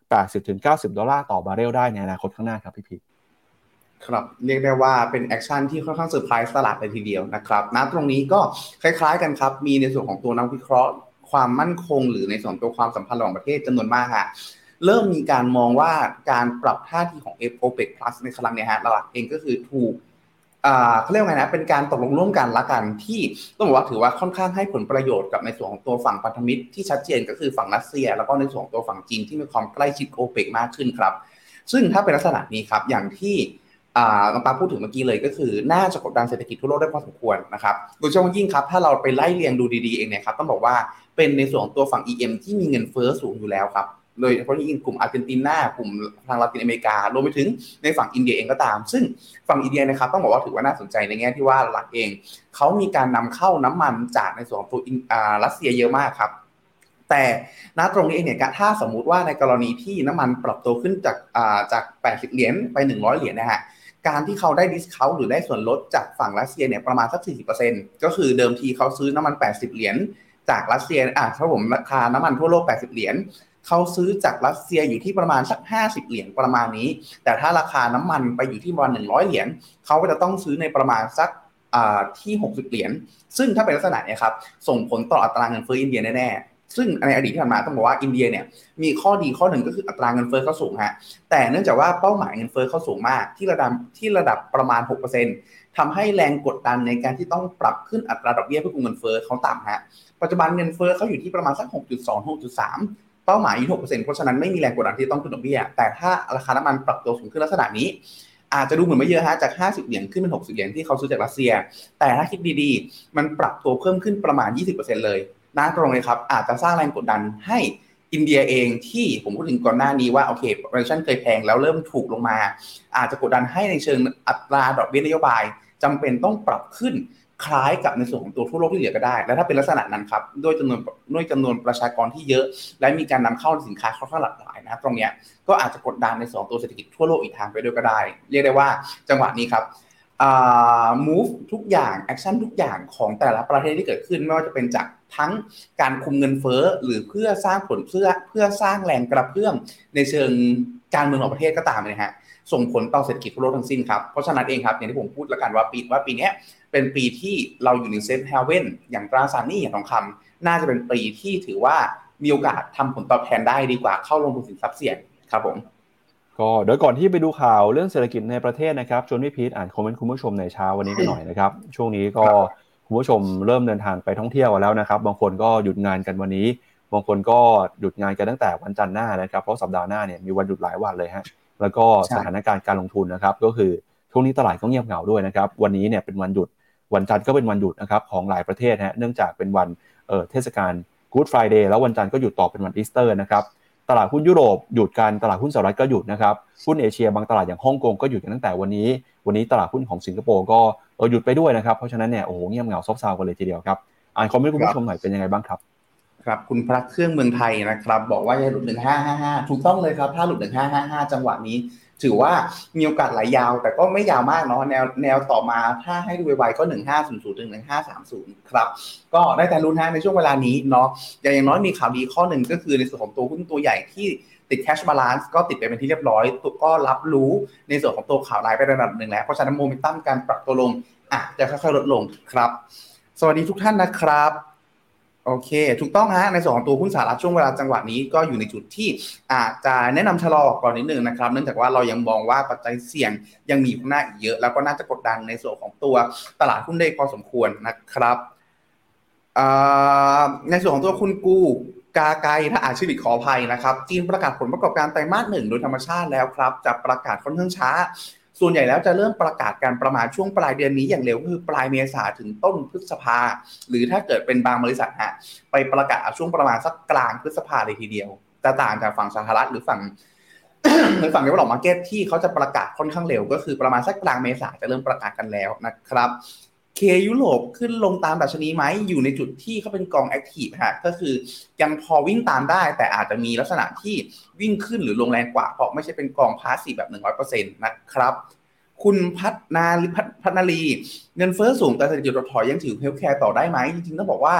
แปดสิบถึงเก้าสิบดอลลาร์ต่อบาร์เรลได้ในอนาคตข้างหน้าครับพี่พีครับเรียกได้ว่าเป็นแอคชั่นที่ค่อนข้างเซอร์ไพรส์ตลาดเลยทีเดียวนะครับณตรงนี้ก็คล้ายๆกันครับมีในส่วนของตัวนักวิเคราะห์ความมั่นคงหรือในส่วนตัวความสัมพันธ์ระหว่างประเทศจำนวนมากฮะเริ่มมีการมองว่าการปรับท่าทีของ โอเปก Plus ในครั้งนี้ฮะหลักเองก็คือถูกอ่าเขาเรียกว่าไงนะเป็นการตกลงร่วมกันละกันที่ต้องบอกว่าถือว่าค่อนข้างให้ผลประโยชน์กับในส่วนของตัวฝั่งพันธมิตรที่ชัดเจนก็คือฝั่งรัสเซียแล้วก็ในส่วนของตัวฝั่งจีนที่มีความใกล้ชิด โอเปก มากขึ้นครับซึ่งถ้าเป็นลักษณะนี้ครับอย่างที่อ่าน้องปาพูดถึงเมื่อกี้เลยก็คือน่าจะกดดันเศรษฐกิจทั่วโลกได้พอสมควรนะครับโดยเฉพาะยิ่งครับถ้าเราไปไล่เรียงดูดีๆเองเนี่ยครับต้องบอกว่าเป็นในส่วนของตัวฝั่ง อี เอ็ม ที่มีเงินเฟ้อสูงอยู่แล้วครับโดยเฉพาะยิ่งกลุ่มอาร์เจนตินากลุ่มทางลาตินอเมริการวมไปถึงในฝั่งอินเดียเองก็ตามซึ่งฝั่งอินเดียนะครับต้องบอกว่าถือว่าน่าสนใจในแง่ที่ว่าหลักเองเขามีการนำเข้าน้ำมันจากในส่วนของตัวรัสเซียเยอะมากครับแต่ณตรงนี้เองเนี่ยถ้าสมมุติว่าในกรณีที่น้ำมันปรับตัวขึ้นจากจากแปดสิบเหรียญไปหนึ่งร้อยเหรียญนะฮะการที่เขาได้ดิสเคาท์หรือได้ส่วนลดจากฝั่งรัสเซียเนี่ยประมาณสัก สี่สิบเปอร์เซ็นต์ ก็คือเดิมทีเขาซื้อน้ำมันแปดสิบเหรียญจากรัสเซียอ่ะถ้าผมราคาน้ำมันทั่วโลกแปดสิบเหรียญเขาซื้อจากรัสเซียอยู่ที่ประมาณสักห้าสิบเหรียญประมาณนี้แต่ถ้าราคาน้ำมันไปอยู่ที่ประมาณหนึ่งร้อยเหรียญเขาก็จะต้องซื้อในประมาณสักอ่าที่หกสิบเหรียญซึ่งถ้าเป็นลักษณะนี้ครับส่งผลต่ออัตราเงินเฟ้ออินเดียแน่ๆซึ่งในอดีตที่ผ่านมาต้องบอกว่าอินเดียเนี่ยมีข้อดีข้อหนึ่งก็คืออัตราเงินเฟ้อเขาสูงฮะแต่เนื่องจากว่าเป้าหมายเงินเฟ้อเขาสูงมากที่ระดับที่ระดับประมาณ หกเปอร์เซ็นต์ ทำให้แรงกดดันในการที่ต้องปรับขึ้นอัตราดอกเบี้ยเพื่อคุมเงินเฟ้อเขาต่ำฮะปัจจุบันเงินเฟ้อเขาอยู่ที่ประมาณสัก หกจุดสอง หกจุดสามเป้าหมายอยู่ หกเปอร์เซ็นต์ เพราะฉะนั้นไม่มีแรงกดดันที่ต้องขึ้นดอกเบี้ยแต่ถ้าราคาน้ำมันปรับตัวสูงขึ้นลักษณะนี้อาจจะดูเหมือนไม่เยอะฮะจากห้าสิบเหรียญขึ้นเป็นหกสิบเหรียญที่เขาซื้อจากรัสเซียแต่ถ้าคิดดีๆมันปรับตัวเพิ่มขึ้นประมาณ ยี่สิบเปอร์เซ็นต์ เลยน่าตรงเลยครับอาจจะสร้างแรงกดดันให้อินเดียเองที่ผมพูดถึงก่อนหน้านี้ว่าโอเคโปรดักชันเคยแพงแล้วเริ่มถูกลงมาอาจจะกดดันให้ในเชิงอัตราดอกเบี้ยนโยบายจำเป็นต้องปรับขึ้นคล้ายกับในส่วนของตัวทั่วโลกที่เหลือก็ได้และถ้าเป็นลักษณะนั้นครับด้วยจำนวนด้วยจำนวนประชากรที่เยอะและมีการนำเข้าสินค้าค่อนข้างหลากหลายนะตรงนี้ก็อาจจะกดดันในส่วนตัวเศรษฐกิจทั่วโลกอีกทางไปด้วยก็ได้เรียกได้ว่าจังหวะนี้ครับอ่า move ทุกอย่าง action ทุกอย่างของแต่ละประเทศที่เกิดขึ้นไม่ว่าจะเป็นจากทั้งการคุมเงินเฟ้อหรือเพื่อสร้างผลเพื่อเพื่อสร้างแรงกระเพื่อมในเชิงการเมืองของประเทศก็ตามนะฮะส่งผลต่อเศรษฐกิจทั่วโลกทั้งสิ้นครับเพราะฉะนั้นเองครับอย่างที่ผมพูดแล้วกันว่าปีว่าปีนี้เป็นปีที่เราอยู่ในเซฟเฮเว่นอย่างตราสารหนี้อย่างทองคำน่าจะเป็นปีที่ถือว่ามีโอกาสทำผลตอบแทนได้ดีกว่าเข้าลงทุนสินทรัพย์เสี่ยงครับผมก็เดี๋ยวก่อนที่ไปดูข่าวเรื่องเศรษฐกิจในประเทศนะครับชวนพี่พีทอ่านคอมเมนต์คุณผู้ชมในเช้าวันนี้กันหน่อยนะครับช่วงนี้ก็คุณผู้ชมเริ่มเดินทางไปท่องเที่ยวกันแล้วนะครับบางคนก็หยุดงานกันวันนี้บางคนก็หยุดงานกันตั้งแต่วันจันทร์หน้านะครับเพราะสัปดาห์หน้าเนี่ยมีวันหยุดหลายวันเลยฮะแล้วก็สถานการณ์การลงทุนนะครับก็คือช่วงนี้ตลาดก็เงียบเหงาด้วยนะครับวันนี้เนี่ยเป็นวันหยุดวันจันทร์ก็เป็นวันหยุดนะครับของหลายประเทศฮะเนื่องจากเป็นวันเอ่อเทศกาล Good Friday แล้ววันจันทร์ก็หยุดต่อเป็นวันอีสเตอร์นะครับตลาดหุ้นยุโรปหยุดกันตลาดหุ้นสหรัฐก็หยุดนะครับหุ้นเอเชียบางตลาดอย่างฮ่องกงก็หยุดกันตั้งแต่วันนี้วันนี้ตลาดหุ้นของสิงคโปร์ก็เออหยุดไปด้วยนะครับเพราะฉะนั้นเนี่ยโอ้โหเงียบเหงาซบเซากันเลยทีเดียวครับอ่านคอมเมนต์คุณผู้ชมหน่อยเป็นยังไงบ้างครับครับคุณพระเครื่องเมืองไทยนะครับบอกว่าจะหลุดหนึ่งพันห้าร้อยห้าสิบห้าถูกต้องเลยครับถ้าหลุดหนึ่งพันห้าร้อยห้าสิบห้าจังหวะนี้ถือว่ามีโอกาสไหลยาวแต่ก็ไม่ยาวมากเนาะแนวแนวต่อมาถ้าให้ดูไวๆก็หนึ่งพันห้าร้อยถึงหนึ่งพันห้าร้อยสามสิบครับก็ได้แต่ลุ้นฮะในช่วงเวลานี้เนาะอย่างน้อยมีข่าวดีข้อหนึ่งก็คือในส่วนของตัวหุ้นตัวใหญ่ที่ติด cash balance ก็ติดไปเป็นที่เรียบร้อยก็รับรู้ในส่วนของตัวข่าวร้ายไประดับหนึ่งแล้วเพราะฉะนั้นโมเมนตัมการปรับตัวลงอ่ะจะค่อยๆลดลงครับสวัสดีทุกท่านนะครับโอเคถูกต้องฮะในส่วนของตัวหุ้นสหรัฐช่วงเวลาจังหวะนี้ก็อยู่ในจุดที่อาจจะแนะนำชะลอก่อนนิดนึงนะครับเนื่องจากว่าเรายังมองว่าปัจจัยเสี่ยงยังมีข้างหน้าอีกเยอะแล้วก็น่าจะกดดันในส่วนของตัวตลาดหุ้นได้พอสมควรนะครับในส่วนของตัวคุณกูกาไกถ้าอ่านชื่อผิดขออภัยนะครับจีนประกาศผลประกอบการไตรมาสหนึ่งโดยธรรมชาติแล้วครับจะประกาศค่อนข้างช้าส่วนใหญ่แล้วจะเริ่มประกาศการประมาณช่วงปลายเดือนนี้อย่างเร็วคือปลายเมษาถึงต้นพฤษภาหรือถ้าเกิดเป็นบางบริษัทฮะไปประกาศช่วงประมาณสักกลางพฤษภาเลยทีเดียวจะต่างจากฝั่งสหรัฐหรือฝั่ง หรือฝั่งเดเวลลอปมาร์เก็ตที่เขาจะประกาศค่อนข้างเร็วก็คือประมาณสักกลางเมษาจะเริ่มประกาศกันแล้วนะครับเคยุโรปขึ้นลงตามดัชนีไหมอยู่ในจุดที่เขาเป็นกองแอคทีฟฮะก็คือยังพอวิ่งตามได้แต่อาจจะมีลักษณะที่วิ่งขึ้นหรือลงแรงกว่าเพราะไม่ใช่เป็นกองพาสซีฟแบบ หนึ่งร้อยเปอร์เซ็นต์ นะครับคุณพัฒนาพัฒนาลีเงินเฟ้อสูงแต่เศรษฐกิจถดถอยยังถือเฮลท์แคร์ต่อได้ไหมจริงๆต้องบอกว่า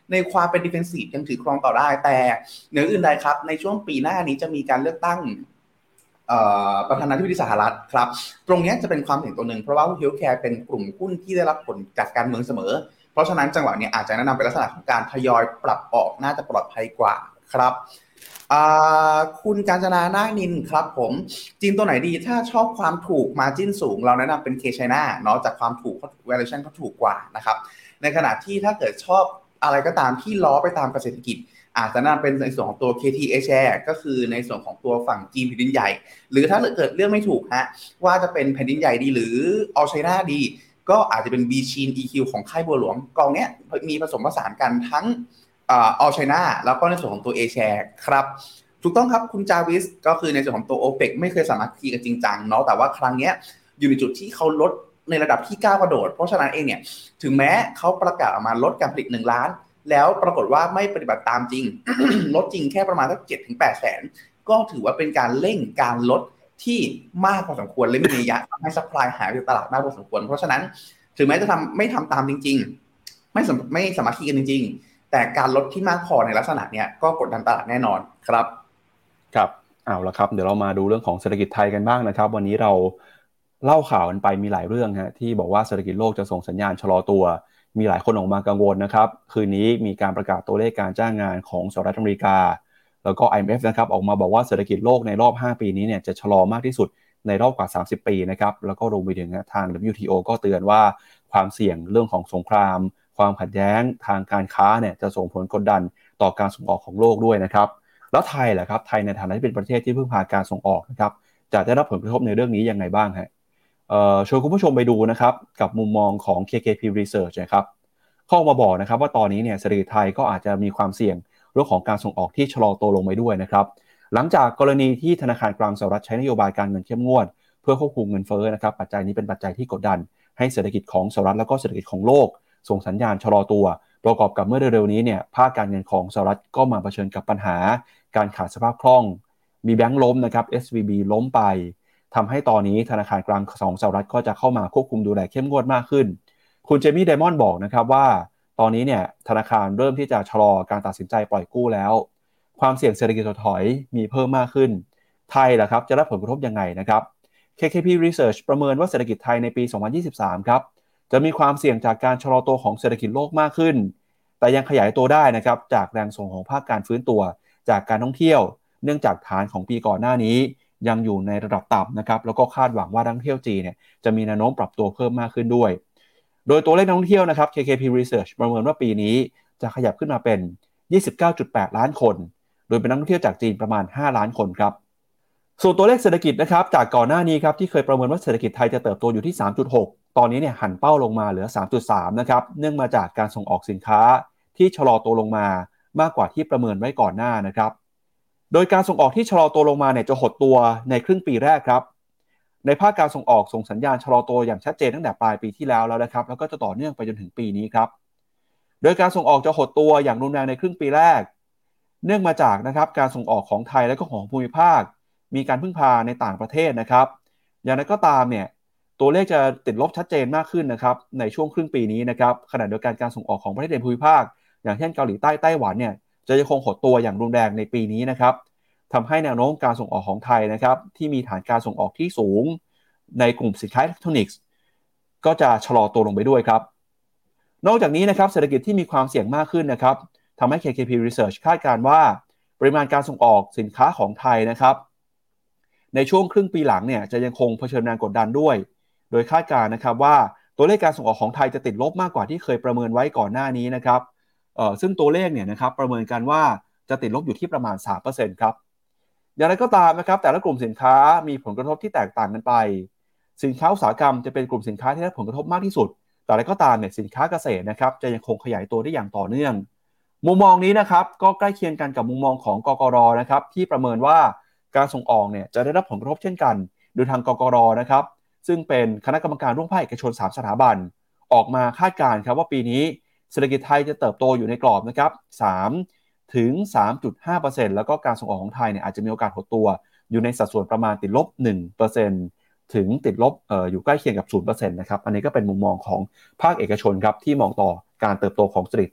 ในความเป็น defensive ยังถือครองต่อได้แต่เหนืออื่นใดครับในช่วงปีหน้านี้จะมีการเลือกตั้งประธานาธิบดีสหรัฐครับตรงนี้จะเป็นความเห็นตัวหนึ่งเพราะว่าหุ้น Healthcare เป็นกลุ่มหุ้นที่ได้รับผลจากการเมืองเสมอเพราะฉะนั้นจังหวะนี้อาจจะแนะนำเป็นลักษณะของการทยอยปรับออกน่าจะปลอดภัยกว่าครับคุณกาญจนานาคนินครับผมจีนตัวไหนดีถ้าชอบความถูก margin สูงเราแนะนำเป็น K China เนาะจากความถูก valuation ก็ถูกกว่านะครับในขณะที่ถ้าเกิดชอบอะไรก็ตามที่ล้อไปตามเศรษฐกิจอาจจะน่าเป็นในส่วนของตัว เค ที เอ Share ก็คือในส่วนของตัวฝั่งจีนแผ่นดินใหญ่หรือถ้าเกิดเรื่องไม่ถูกฮะว่าจะเป็นแผ่นดินใหญ่ดีหรือ All China ดีก็อาจจะเป็น B Chin อี คิว ของค่ายบัวหลวงกองเนี้ยมีผสมผสานกันทั้งอ่า All China แล้วก็ในส่วนของตัว A Share ครับถูกต้องครับคุณจาวิสก็คือในส่วนของตัว โอเปก ไม่เคยสามารถคีกันจริงจังเนาะแต่ว่าครั้งเนี้ยอยู่ในจุดที่เขาลดในระดับที่ก้าวกระโดดเพราะฉะนั้นเองเนี่ยถึงแม้เขาประกาศออกมาลดการผลิตหนึ่งล้านแล้วปรากฏว่าไม่ปฏิบัติตามจริง ลดจริงแค่ประมาณสัก เจ็ดถึงแปด แสนก็ถือว่าเป็นการเร่งการลดที่มากพอสมควรและมีนัยยะทำให้ซัพพลายหายไปตลาดมากพอสมควรเพราะฉะนั้นถึงแม้จะทำไม่ทำตามจริงๆไม่ไม่สามารถคีกันจริงๆแต่การลดที่มากพอในลักษณะเนี้ยก็กดดันตลาดแน่นอนครับครับเอาละครับเดี๋ยวเรามาดูเรื่องของเศรษฐกิจไทยกันบ้างนะครับวันนี้เราเล่าข่าวกันไปมีหลายเรื่องฮะที่บอกว่าเศรษฐกิจโลกจะส่งสัญญาณชะลอตัวมีหลายคนออกมากังวลนะครับคืนนี้มีการประกาศตัวเลขการจ้างงานของสหรัฐอเมริกาแล้วก็ ไอ เอ็ม เอฟ นะครับออกมาบอกว่าเศรษฐกิจโลกในรอบห้าปีนี้เนี่ยจะชะลอมากที่สุดในรอบกว่าสามสิบปีนะครับแล้วก็รวมไปถึงทาง ดับเบิลยู ที โอ ก็เตือนว่าความเสี่ยงเรื่องของสงครามความขัดแย้งทางการค้าเนี่ยจะส่งผลกดดันต่อการส่งออกของโลกด้วยนะครับแล้วไทยล่ะครับไทยในฐานะที่เป็นประเทศที่พึ่งพาการส่งออกนะครับจะได้รับผลกระทบในเรื่องนี้ยังไงบ้างฮะเอ่อชวนคุณผู้ชมไปดูนะครับกับมุมมองของ เค เค พี Research นะครับเข้ามาบอกนะครับว่าตอนนี้เนี่ยเศรษฐกิจไทยก็อาจจะมีความเสี่ยงเรื่องของการส่งออกที่ชะลอตัวลงไปด้วยนะครับหลังจากกรณีที่ธนาคารกลางสหรัฐใช้นโยบายการเงินเข้มงวดเพื่อควบคุมเงินเฟ้อนะครับปัจจัยนี้เป็นปัจจัยที่กดดันให้เศรษฐกิจของสหรัฐแล้วก็เศรษฐกิจของโลกส่งสัญญาณชะลอตัวประกอบกับเมื่อเร็วๆนี้เนี่ยภาคการเงินของสหรัฐก็มาเผชิญกับปัญหาการขาดสภาพคล่องมีแบงก์ล้มนะครับ เอส วี บี ล้มไปทำให้ตอนนี้ธนาคารกลางของสหรัฐก็จะเข้ามาควบคุมดูแลเข้มงวดมากขึ้นคุณเจมี่ไดมอนด์บอกนะครับว่าตอนนี้เนี่ยธนาคารเริ่มที่จะชะลอการตัดสินใจปล่อยกู้แล้วความเสี่ยงเศรษฐกิจถดถอยมีเพิ่มมากขึ้นไทยล่ะครับจะรับผลกระทบยังไงนะครับ เค เค พี Research ประเมินว่าเศรษฐกิจไทยในปีสองพันยี่สิบสามครับจะมีความเสี่ยงจากการชะลอตัวของเศรษฐกิจโลกมากขึ้นแต่ยังขยายตัวได้นะครับจากแรงส่งของภาคการฟื้นตัวจากการท่องเที่ยวเนื่องจากฐานของปีก่อนหน้านี้ยังอยู่ในระดับต่ำนะครับแล้วก็คาดหวังว่านักท่องเที่ยวจีนเนี่ยจะมีแนวโน้มปรับตัวเพิ่มมากขึ้นด้วยโดยตัวเลขนักท่องเที่ยวนะครับ เค เค พี Research ประเมินว่าปีนี้จะขยับขึ้นมาเป็น ยี่สิบเก้าจุดแปด ล้านคนโดยเป็นนักท่องเที่ยวจากจีนประมาณห้าล้านคนครับส่วนตัวเลขเศรษฐกิจนะครับจากก่อนหน้านี้ครับที่เคยประเมินว่าเศรษฐกิจไทยจะเติบโตอยู่ที่ สามจุดหก ตอนนี้เนี่ยหันเป้าลงมาเหลือ สามจุดสาม นะครับเนื่องมาจากการส่งออกสินค้าที่ชะลอตัวลงมามากกว่าที่ประเมินไว้ก่อนหน้านะครับโดยการส่งออกที่ชะลอตัวลงมาเนี่ยจะหดตัวในครึ่งปีแรกครับในภาคการส่งออกส่งสัญญาณชะลอตัวอย่างชัดเจนตั้งแต่ปลายปีที่แล้วแล้วนะครับแล้วก็จะต่อเนื่องไปจนถึงปีนี้ครับโดยการส่งออกจะหดตัวอย่างรุนแรงในครึ่งปีแรกเนื่องมาจากนะครับการส่งออกของไทยและก็ของภูมิภาคมีการพึ่งพาในต่างประเทศนะครับอย่างไรก็ตามเนี่ยตัวเลขจะติดลบชัดเจนมากขึ้นนะครับในช่วงครึ่งปีนี้นะครับขณะเดียวกันการส่งออกของประเทศในภูมิภาคอย่างเช่นเกาหลีใต้ไต้หวันเนี่ยจะยังคงหดตัวอย่างรุนแรงในปีนี้นะครับทำให้แนวโน้มการส่งออกของไทยนะครับที่มีฐานการส่งออกที่สูงในกลุ่มสินค้าอิเล็กทรอนิกส์ก็จะชะลอตัวลงไปด้วยครับนอกจากนี้นะครับเศรษฐกิจที่มีความเสี่ยงมากขึ้นนะครับทำให้ เค เค พี Research คาดการณ์ว่าปริมาณการส่งออกสินค้าของไทยนะครับในช่วงครึ่งปีหลังเนี่ยจะยังคงเผชิญแรงกดดันด้วยโดยคาดการณ์นะครับว่าตัวเลขการส่งออกของไทยจะติดลบมากกว่าที่เคยประเมินไว้ก่อนหน้านี้นะครับเอ่อซึ่งตัวเลขเนี่ยนะครับประเมินกันว่าจะติดลบอยู่ที่ประมาณ สามเปอร์เซ็นต์ ครับอย่างไรก็ตามนะครับแต่ละกลุ่มสินค้ามีผลกระทบที่แตกต่างกันไปสินค้าอุตสาหกรรมจะเป็นกลุ่มสินค้าที่ได้ผลกระทบมากที่สุดแต่อะไรก็ตามเนี่ยสินค้าเกษตรนะครับจะยังคงขยายตัวได้อย่างต่อเนื่องมุมมองนี้นะครับก็ใกล้เคียงกันกับมุมมองของกกร.นะครับที่ประเมินว่าการส่งออกเนี่ยจะได้รับผลกระทบเช่นกันโดยทางกกร.นะครับซึ่งเป็นคณะกรรมการร่วมภาคเอกชนสามสถาบันออกมาคาดการณ์ครับว่าปีนี้เศรษฐกิจไทยจะเติบโตอยู่ในกรอบนะครับสามถึง สามจุดห้าเปอร์เซ็นต์ แล้วก็การส่งออกของไทยเนี่ยอาจจะมีโอกาสหดตัวอยู่ในสัดส่วนประมาณติดลบ หนึ่งเปอร์เซ็นต์ ถึงติดลบเอ่ออยู่ใกล้เคียงกับ ศูนย์เปอร์เซ็นต์ นะครับอันนี้ก็เป็นมุมมองของภาคเอกชนครับที่มองต่อการเติบโตของเศรษฐกิจไทย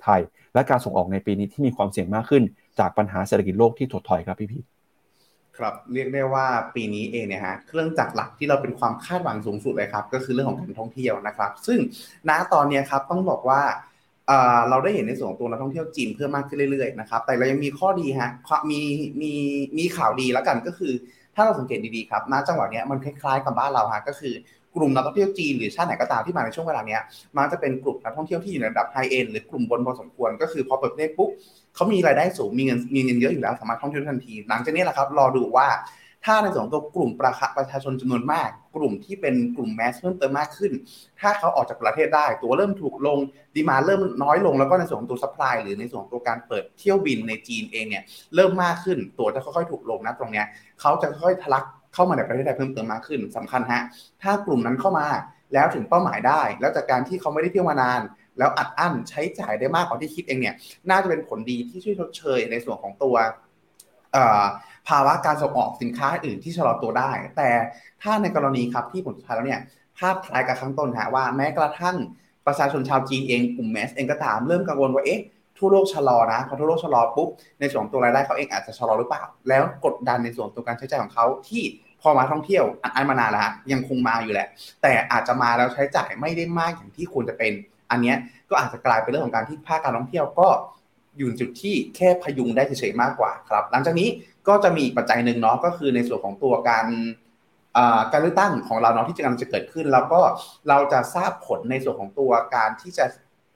และการส่งออกในปีนี้ที่มีความเสี่ยงมากขึ้นจากปัญหาเศรษฐกิจโลกที่ถดถอยครับพี่พีครับเรียกได้ว่าปีนี้เองเนี่ยฮะเครื่องจักรหลักที่เราเป็นความคาดหวังสูงสุดเลยครับก็คือเรื่องของการท่องเที่ยวนะครับซึ่งณตอนนี้ครับต้องบอกว่าเราได้เห็นในส่วนของตัวนักท่องเที่ยวจีนเพิ่มมากขึ้นเรื่อยๆนะครับแต่เรายังมีข้อดีฮะมีมีมีข่าวดีแล้วกันก็คือถ้าเราสังเกตดีๆครับณจังหวะนี้มันคล้ายๆกับบ้านเราฮะก็คือกลุ่มนักท่องเที่ยวจีนหรือชาติไหนก็ตามที่มาในช่วงเวลานี้มันจะเป็นกลุ่มนักท่องเที่ยวที่อยู่ในระดับไฮเอ็นด์หรือกลุ่มบนพอสมควรก็คือพอเปิดประเทศปุ๊บเขามีรายได้สูงมีเงินมีเงินเยอะอยู่แล้วสามารถท่องเที่ยวทันทีหลังจากนี้แหละครับรอดูว่าถ้าในส่วนของตัวกลุ่มประชาประชาชนจำนวนมากกลุ่มที่เป็นกลุ่มแมสเพิ่มเติมมากขึ้นถ้าเขาออกจากประเทศได้ตัวเริ่มถูกลงดีมานด์เริ่มน้อยลงแล้วก็ในส่วนของตัวซัพพลายหรือในส่วนของตัวการเปิดเที่ยวบินในจีนเองเนี่ยเริ่มมากขึ้นตัวจะค่อยๆถูกลงนะตรงเนี้ยเขาจะค่อยๆทะลักเข้ามาในประเทศไทยเพิ่มเติมมากขึ้นสำคัญฮะถ้ากลุ่มนั้นเข้ามาแล้วถึงเป้าหมายได้แล้วจากการที่เขาไม่ได้เที่ยวมานานแล้วอัดอั้นใช้จ่ายได้มากกว่าที่คิดเองเนี่ยน่าจะเป็นผลดีที่ช่วยชดเชยในส่วนของตัวภาวะการส่งออกสินค้าอื่นที่ชะลอตัวได้แต่ถ้าในกรณีครับที่ผลสุดท้ายแล้วเนี่ยภาพคล้ายกับข้างต้นฮะว่าแม้กระทั่งประชาชนชาวจีนเองกลุ่มแมสเองก็ตามเริ่มกังวลว่าเอ๊ะทั่วโลกชะลอนะพอทั่วโลกชะลอปุ๊บในส่วนตัวรายได้เขาเองอาจจะชะลอหรือเปล่าแล้วกดดันในส่วนตัวการใช้จ่ายของเขาที่พอมาท่องเที่ยวอันมานานแล้วฮะยังคงมาอยู่แหละแต่อาจจะมาแล้วใช้จ่ายไม่ได้มากอย่างที่ควรจะเป็นอันนี้ก็อาจจะกลายเป็นเรื่องของการที่ภาคการท่องเที่ยวก็อยู่จุดที่แค่พยุงได้เฉยๆมากกว่าครับหลังจากนี้ก็จะมีปัจจัยหนึ่งเนาะก็คือในส่วนของตัวการการเลือกตั้งของเราเนาะที่จะกำลังจะเกิดขึ้นแล้วก็เราจะทราบผลในส่วนของตัวการที่จะ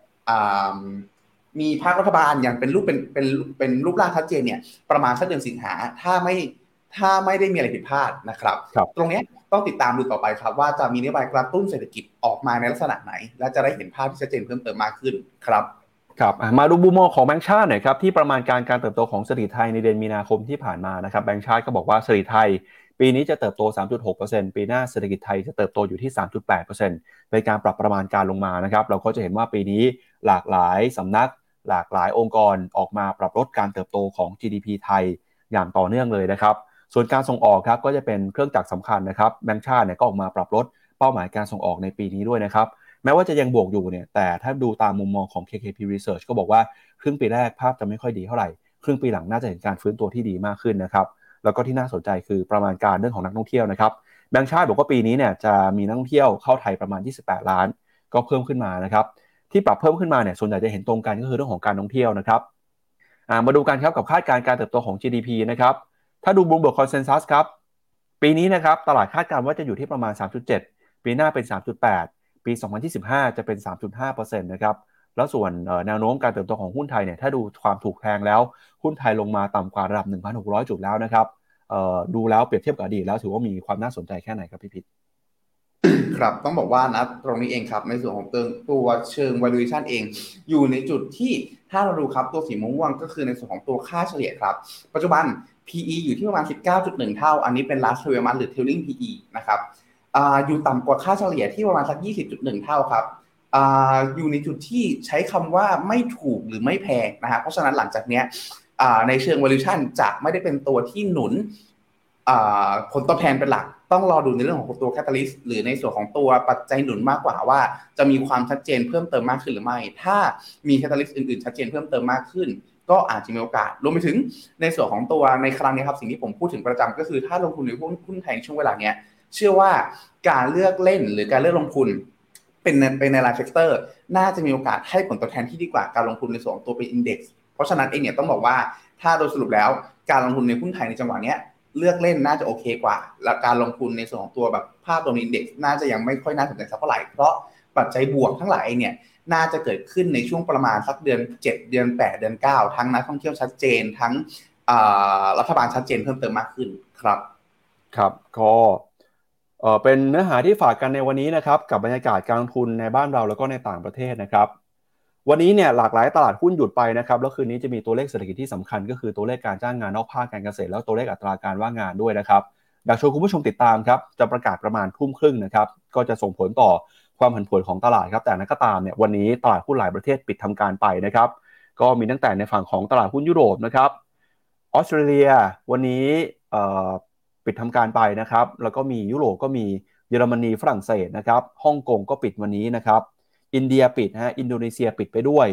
มีภาครัฐบาลอย่างเป็นรูปเป็นเป็นเป็นรูปร่างชัดเจนเนี่ยประมาณสักเดือนสิงหาถ้าไม่ถ้าไม่ได้มีอะไรผิดพลาดนะครับตรงนี้ต้องติดตามดูต่อไปครับว่าจะมีนโยบายกระตุ้นเศรษฐกิจออกมาในลักษณะไหนและจะได้เห็นภาพที่ชัดเจนเพิ่มเติมมากขึ้นครับครับมาดูมุมมองของแบงก์ชาติหน่อยครับที่ประมาณการการเติบโตของเศรษฐกิจไทยในเดือนมีนาคมที่ผ่านมานะครับแบงก์ชาติก็บอกว่าเศรษฐกิจไทยปีนี้จะเติบโต สามจุดหกเปอร์เซ็นต์ ปีหน้าเศรษฐกิจไทยจะเติบโตอยู่ที่ สามจุดแปดเปอร์เซ็นต์ เป็นการปรับประมาณการลงมานะครับเราก็จะเห็นว่าปีนี้หลากหลายสำนักหลากหลายองค์กรออกมาปรับลดการเติบโตของ จี ดี พี ไทยอย่างต่อเนื่องเลยนะครับส่วนการส่งออกครับก็จะเป็นเครื่องจักรสำคัญนะครับแบงก์ชาติเนี่ยก็ออกมาปรับลดเป้าหมายการส่งออกในปีนี้ด้วยนะครับแม้ว่าจะยังบวกอยู่เนี่ยแต่ถ้าดูตามมุมมองของ เค เค พี Research ก็บอกว่าครึ่งปีแรกภาพจะไม่ค่อยดีเท่าไหร่ครึ่งปีหลังน่าจะเห็นการฟื้นตัวที่ดีมากขึ้นนะครับแล้วก็ที่น่าสนใจคือประมาณการเรื่องของนักท่องเที่ยวนะครับแบงก์ชาติบอกว่าปีนี้เนี่ยจะมีนักท่องเที่ยวเข้าไทยประมาณยี่สิบแปดล้านก็เพิ่มขึ้นมานะครับที่ปรับเพิ่มขึ้นมาเนี่ยส่วนใหญ่จะเห็นตรงกันก็คือเรื่องของการท่องเที่ยวนะครับมาดูกันครับกับคาดการณ์การเติบโตของ จี ดี พี นะครับถ้าดู Bloomberg Consensus ครับปีนี้นะครับตลาดคาดการณ์ว่าจะอยู่ที่ประมาณ สามจุดเจ็ด ปีหน้าเป็น สามจุดแปด ปีสองพันยี่สิบห้าจะเป็น สามจุดห้าเปอร์เซ็นต์ นะครับแล้วส่วนแนวโน้มการเติบโตของหุ้นไทยเนี่ยถ้าดูความถูกแพงแล้วหุ้นไทยลงมาต่ำกว่าระดับ หนึ่งพันหกร้อย จุดแล้วนะครับดูแล้วเปรียบเทียบกับอดีตแล้วถือว่ามีความน่าสนใจแค่ไหนครับพี่พิษครับต้องบอกว่านะตรงนี้เองครับในส่วนของตัวเชิง valuation เองอยู่ในจุดที่ถ้าเราดูครับตัวสีม่วงก็คือในส่วนของตัวค่าเฉลี่ยครับปัจจุบัน พี อี อยู่ที่ประมาณ สิบเก้าจุดหนึ่ง เท่าอันนี้เป็น last twelve months หรือ trailing พี อี นะครับอ่าอยู่ต่ำกว่าค่าเฉลี่ยที่ประมาณสัก ยี่สิบจุดหนึ่ง เท่าครับอ่าอยู่ในจุดที่ใช้คำว่าไม่ถูกหรือไม่แพงนะฮะเพราะฉะนั้นหลังจากเนี้ยอ่าในเชิง valuation จะไม่ได้เป็นตัวที่หนุนอ่าผลตอบแทนเป็นหลักต้องรอดูในเรื่องของตัว catalyst หรือในส่วนของตัวปัจจัยหนุนมากกว่าว่าจะมีความชัดเจนเพิ่มเติมมากขึ้นหรือไม่ถ้ามี catalyst อื่นๆชัดเจนเพิ่มเติมมากขึ้นก็อาจจะมีโอกาสรวมไปถึงในส่วนของตัวในครั้งนี้ครับสิ่งที่ผมพูดถึงประจำก็คือถ้าลงทุนในหุ้นหุ้นไทยในช่วงเวลาเนี้ยเชื่อว่าการเลือกเล่นหรือการเลือกลงทุนเป็นเป็นในรายเซกเตอร์น่าจะมีโอกาสให้ผลตอบแทนที่ดีกว่าการลงทุนในส่วนของตัวเป็นอินเด็กซ์เพราะฉะนั้นเองเนี่ยต้องบอกว่าถ้าโดยสรุปแล้วการลงทุนในหุ้นไทยในจังหวะเนี้ยเลือกเล่นน่าจะโอเคกว่าและการลงทุนในส่วนของตัวแบบภาพตัวอินเด็กซ์น่าจะยังไม่ค่อยน่าสนใจสักเท่าไหร่เพราะปัจจัยบวกทั้งหลายเนี่ยน่าจะเกิดขึ้นในช่วงประมาณสักเดือนเจ็ดเดือนแปดเดือนเก้าทั้งนักท่องเที่ยวชัดเจนทั้งรัฐบาลชัดเจนเพิ่มเติมมากขึ้นครับครับก็เอ่อเป็นเนื้อหาที่ฝากกันในวันนี้นะครับกับบรรยากาศการลงทุนในบ้านเราแล้วก็ในต่างประเทศนะครับวันนี้เนี่ยหลากหลายตลาดหุ้นหยุดไปนะครับแล้วคืนนี้จะมีตัวเลขเศรษฐกิจที่สำคัญก็คือตัวเลขการจ้างงานนอกภาคการเกษตรแล้วตัวเลขอัตราการว่างงานด้วยนะครับอยากชวนคุณผู้ชมติดตามครับจะประกาศประมาณทุ่มครึ่งนะครับก็จะส่งผลต่อความผันผวนของตลาดครับแต่นั้นก็ตามเนี่ยวันนี้ตลาดหุ้นหลายประเทศปิดทำการไปนะครับก็มีตั้งแต่ในฝั่งของตลาดหุ้นยุโรปนะครับออสเตรเลียวันนี้เอ่อปิดทำการไปนะครับแล้วก็มียุโรปก็มีเยอรมนีฝรั่งเศสนะครับฮ่องกงก็ปิดวันนี้นะครับอินเดียปิดฮะอินโดนีเซียปิดไปด้วย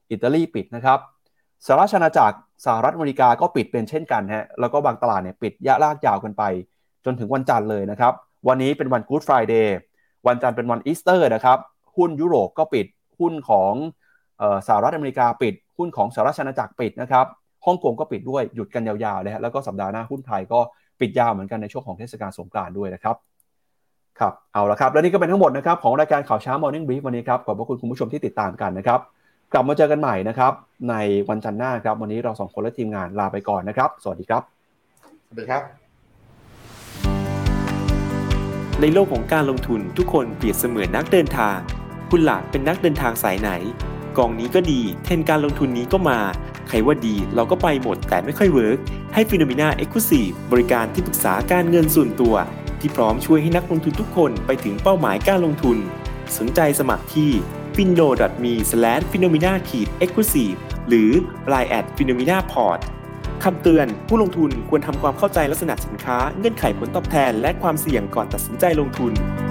อิตาลีปิดนะครับสหราชอาณาจักรสหรัฐอเมริกาก็ปิดเป็นเช่นกันฮะแล้วก็บางตลาดเนี่ยปิดยะลากยาวกันไปจนถึงวันจันทร์เลยนะครับวันนี้เป็นวัน Good Friday วันจันทร์เป็นวันอีสเตอร์นะครับหุ้นยุโรปก็ปิดหุ้นของเอ่อสหรัฐอเมริกาปิดหุ้นของสหราชอาณาจักรปิดนะครับฮ่องกงก็ปิดด้วยหยุดกันยาวๆเลยฮะแล้วก็สัปดาห์หน้าหุ้นไทยก็ปิดยาวเหมือนกันในช่วงของเทศกาลสงกรานต์ด้วยนะครับครับเอาละครับและนี่ก็เป็นทั้งหมดนะครับของรายการข่าวเช้า Morning Brief วันนี้ครับขอบพระคุณคุณผู้ชมที่ติดตามกันนะครับกลับมาเจอกันใหม่นะครับในวันจันทร์หน้าครับวันนี้เราสองคนและทีมงานลาไปก่อนนะครับสวัสดีครับสวัสดีครับในโลกของการลงทุนทุกคนเปรียบเสมือนนักเดินทางคุณหลักเป็นนักเดินทางสายไหนกองนี้ก็ดีเทรนด์การลงทุนนี้ก็มาใครว่าดีเราก็ไปหมดแต่ไม่ค่อยเวิร์กให้ Phenomena Exclusive บริการที่ปรึกษาการเงินส่วนตัวที่พร้อมช่วยให้นักลงทุนทุกคนไปถึงเป้าหมายการลงทุนสนใจสมัครที่ ฟิโน ดอท มี สแลช ฟีโนเมนา เอ็กซ์คลูซีฟ หรือ ไลน์ แอท ฟีโนเมนา พอร์ต คำเตือนผู้ลงทุนควรทำความเข้าใจลักษณะสินค้าเงื่อนไขผลตอบแทนและความเสี่ยงก่อนตัดสินใจลงทุน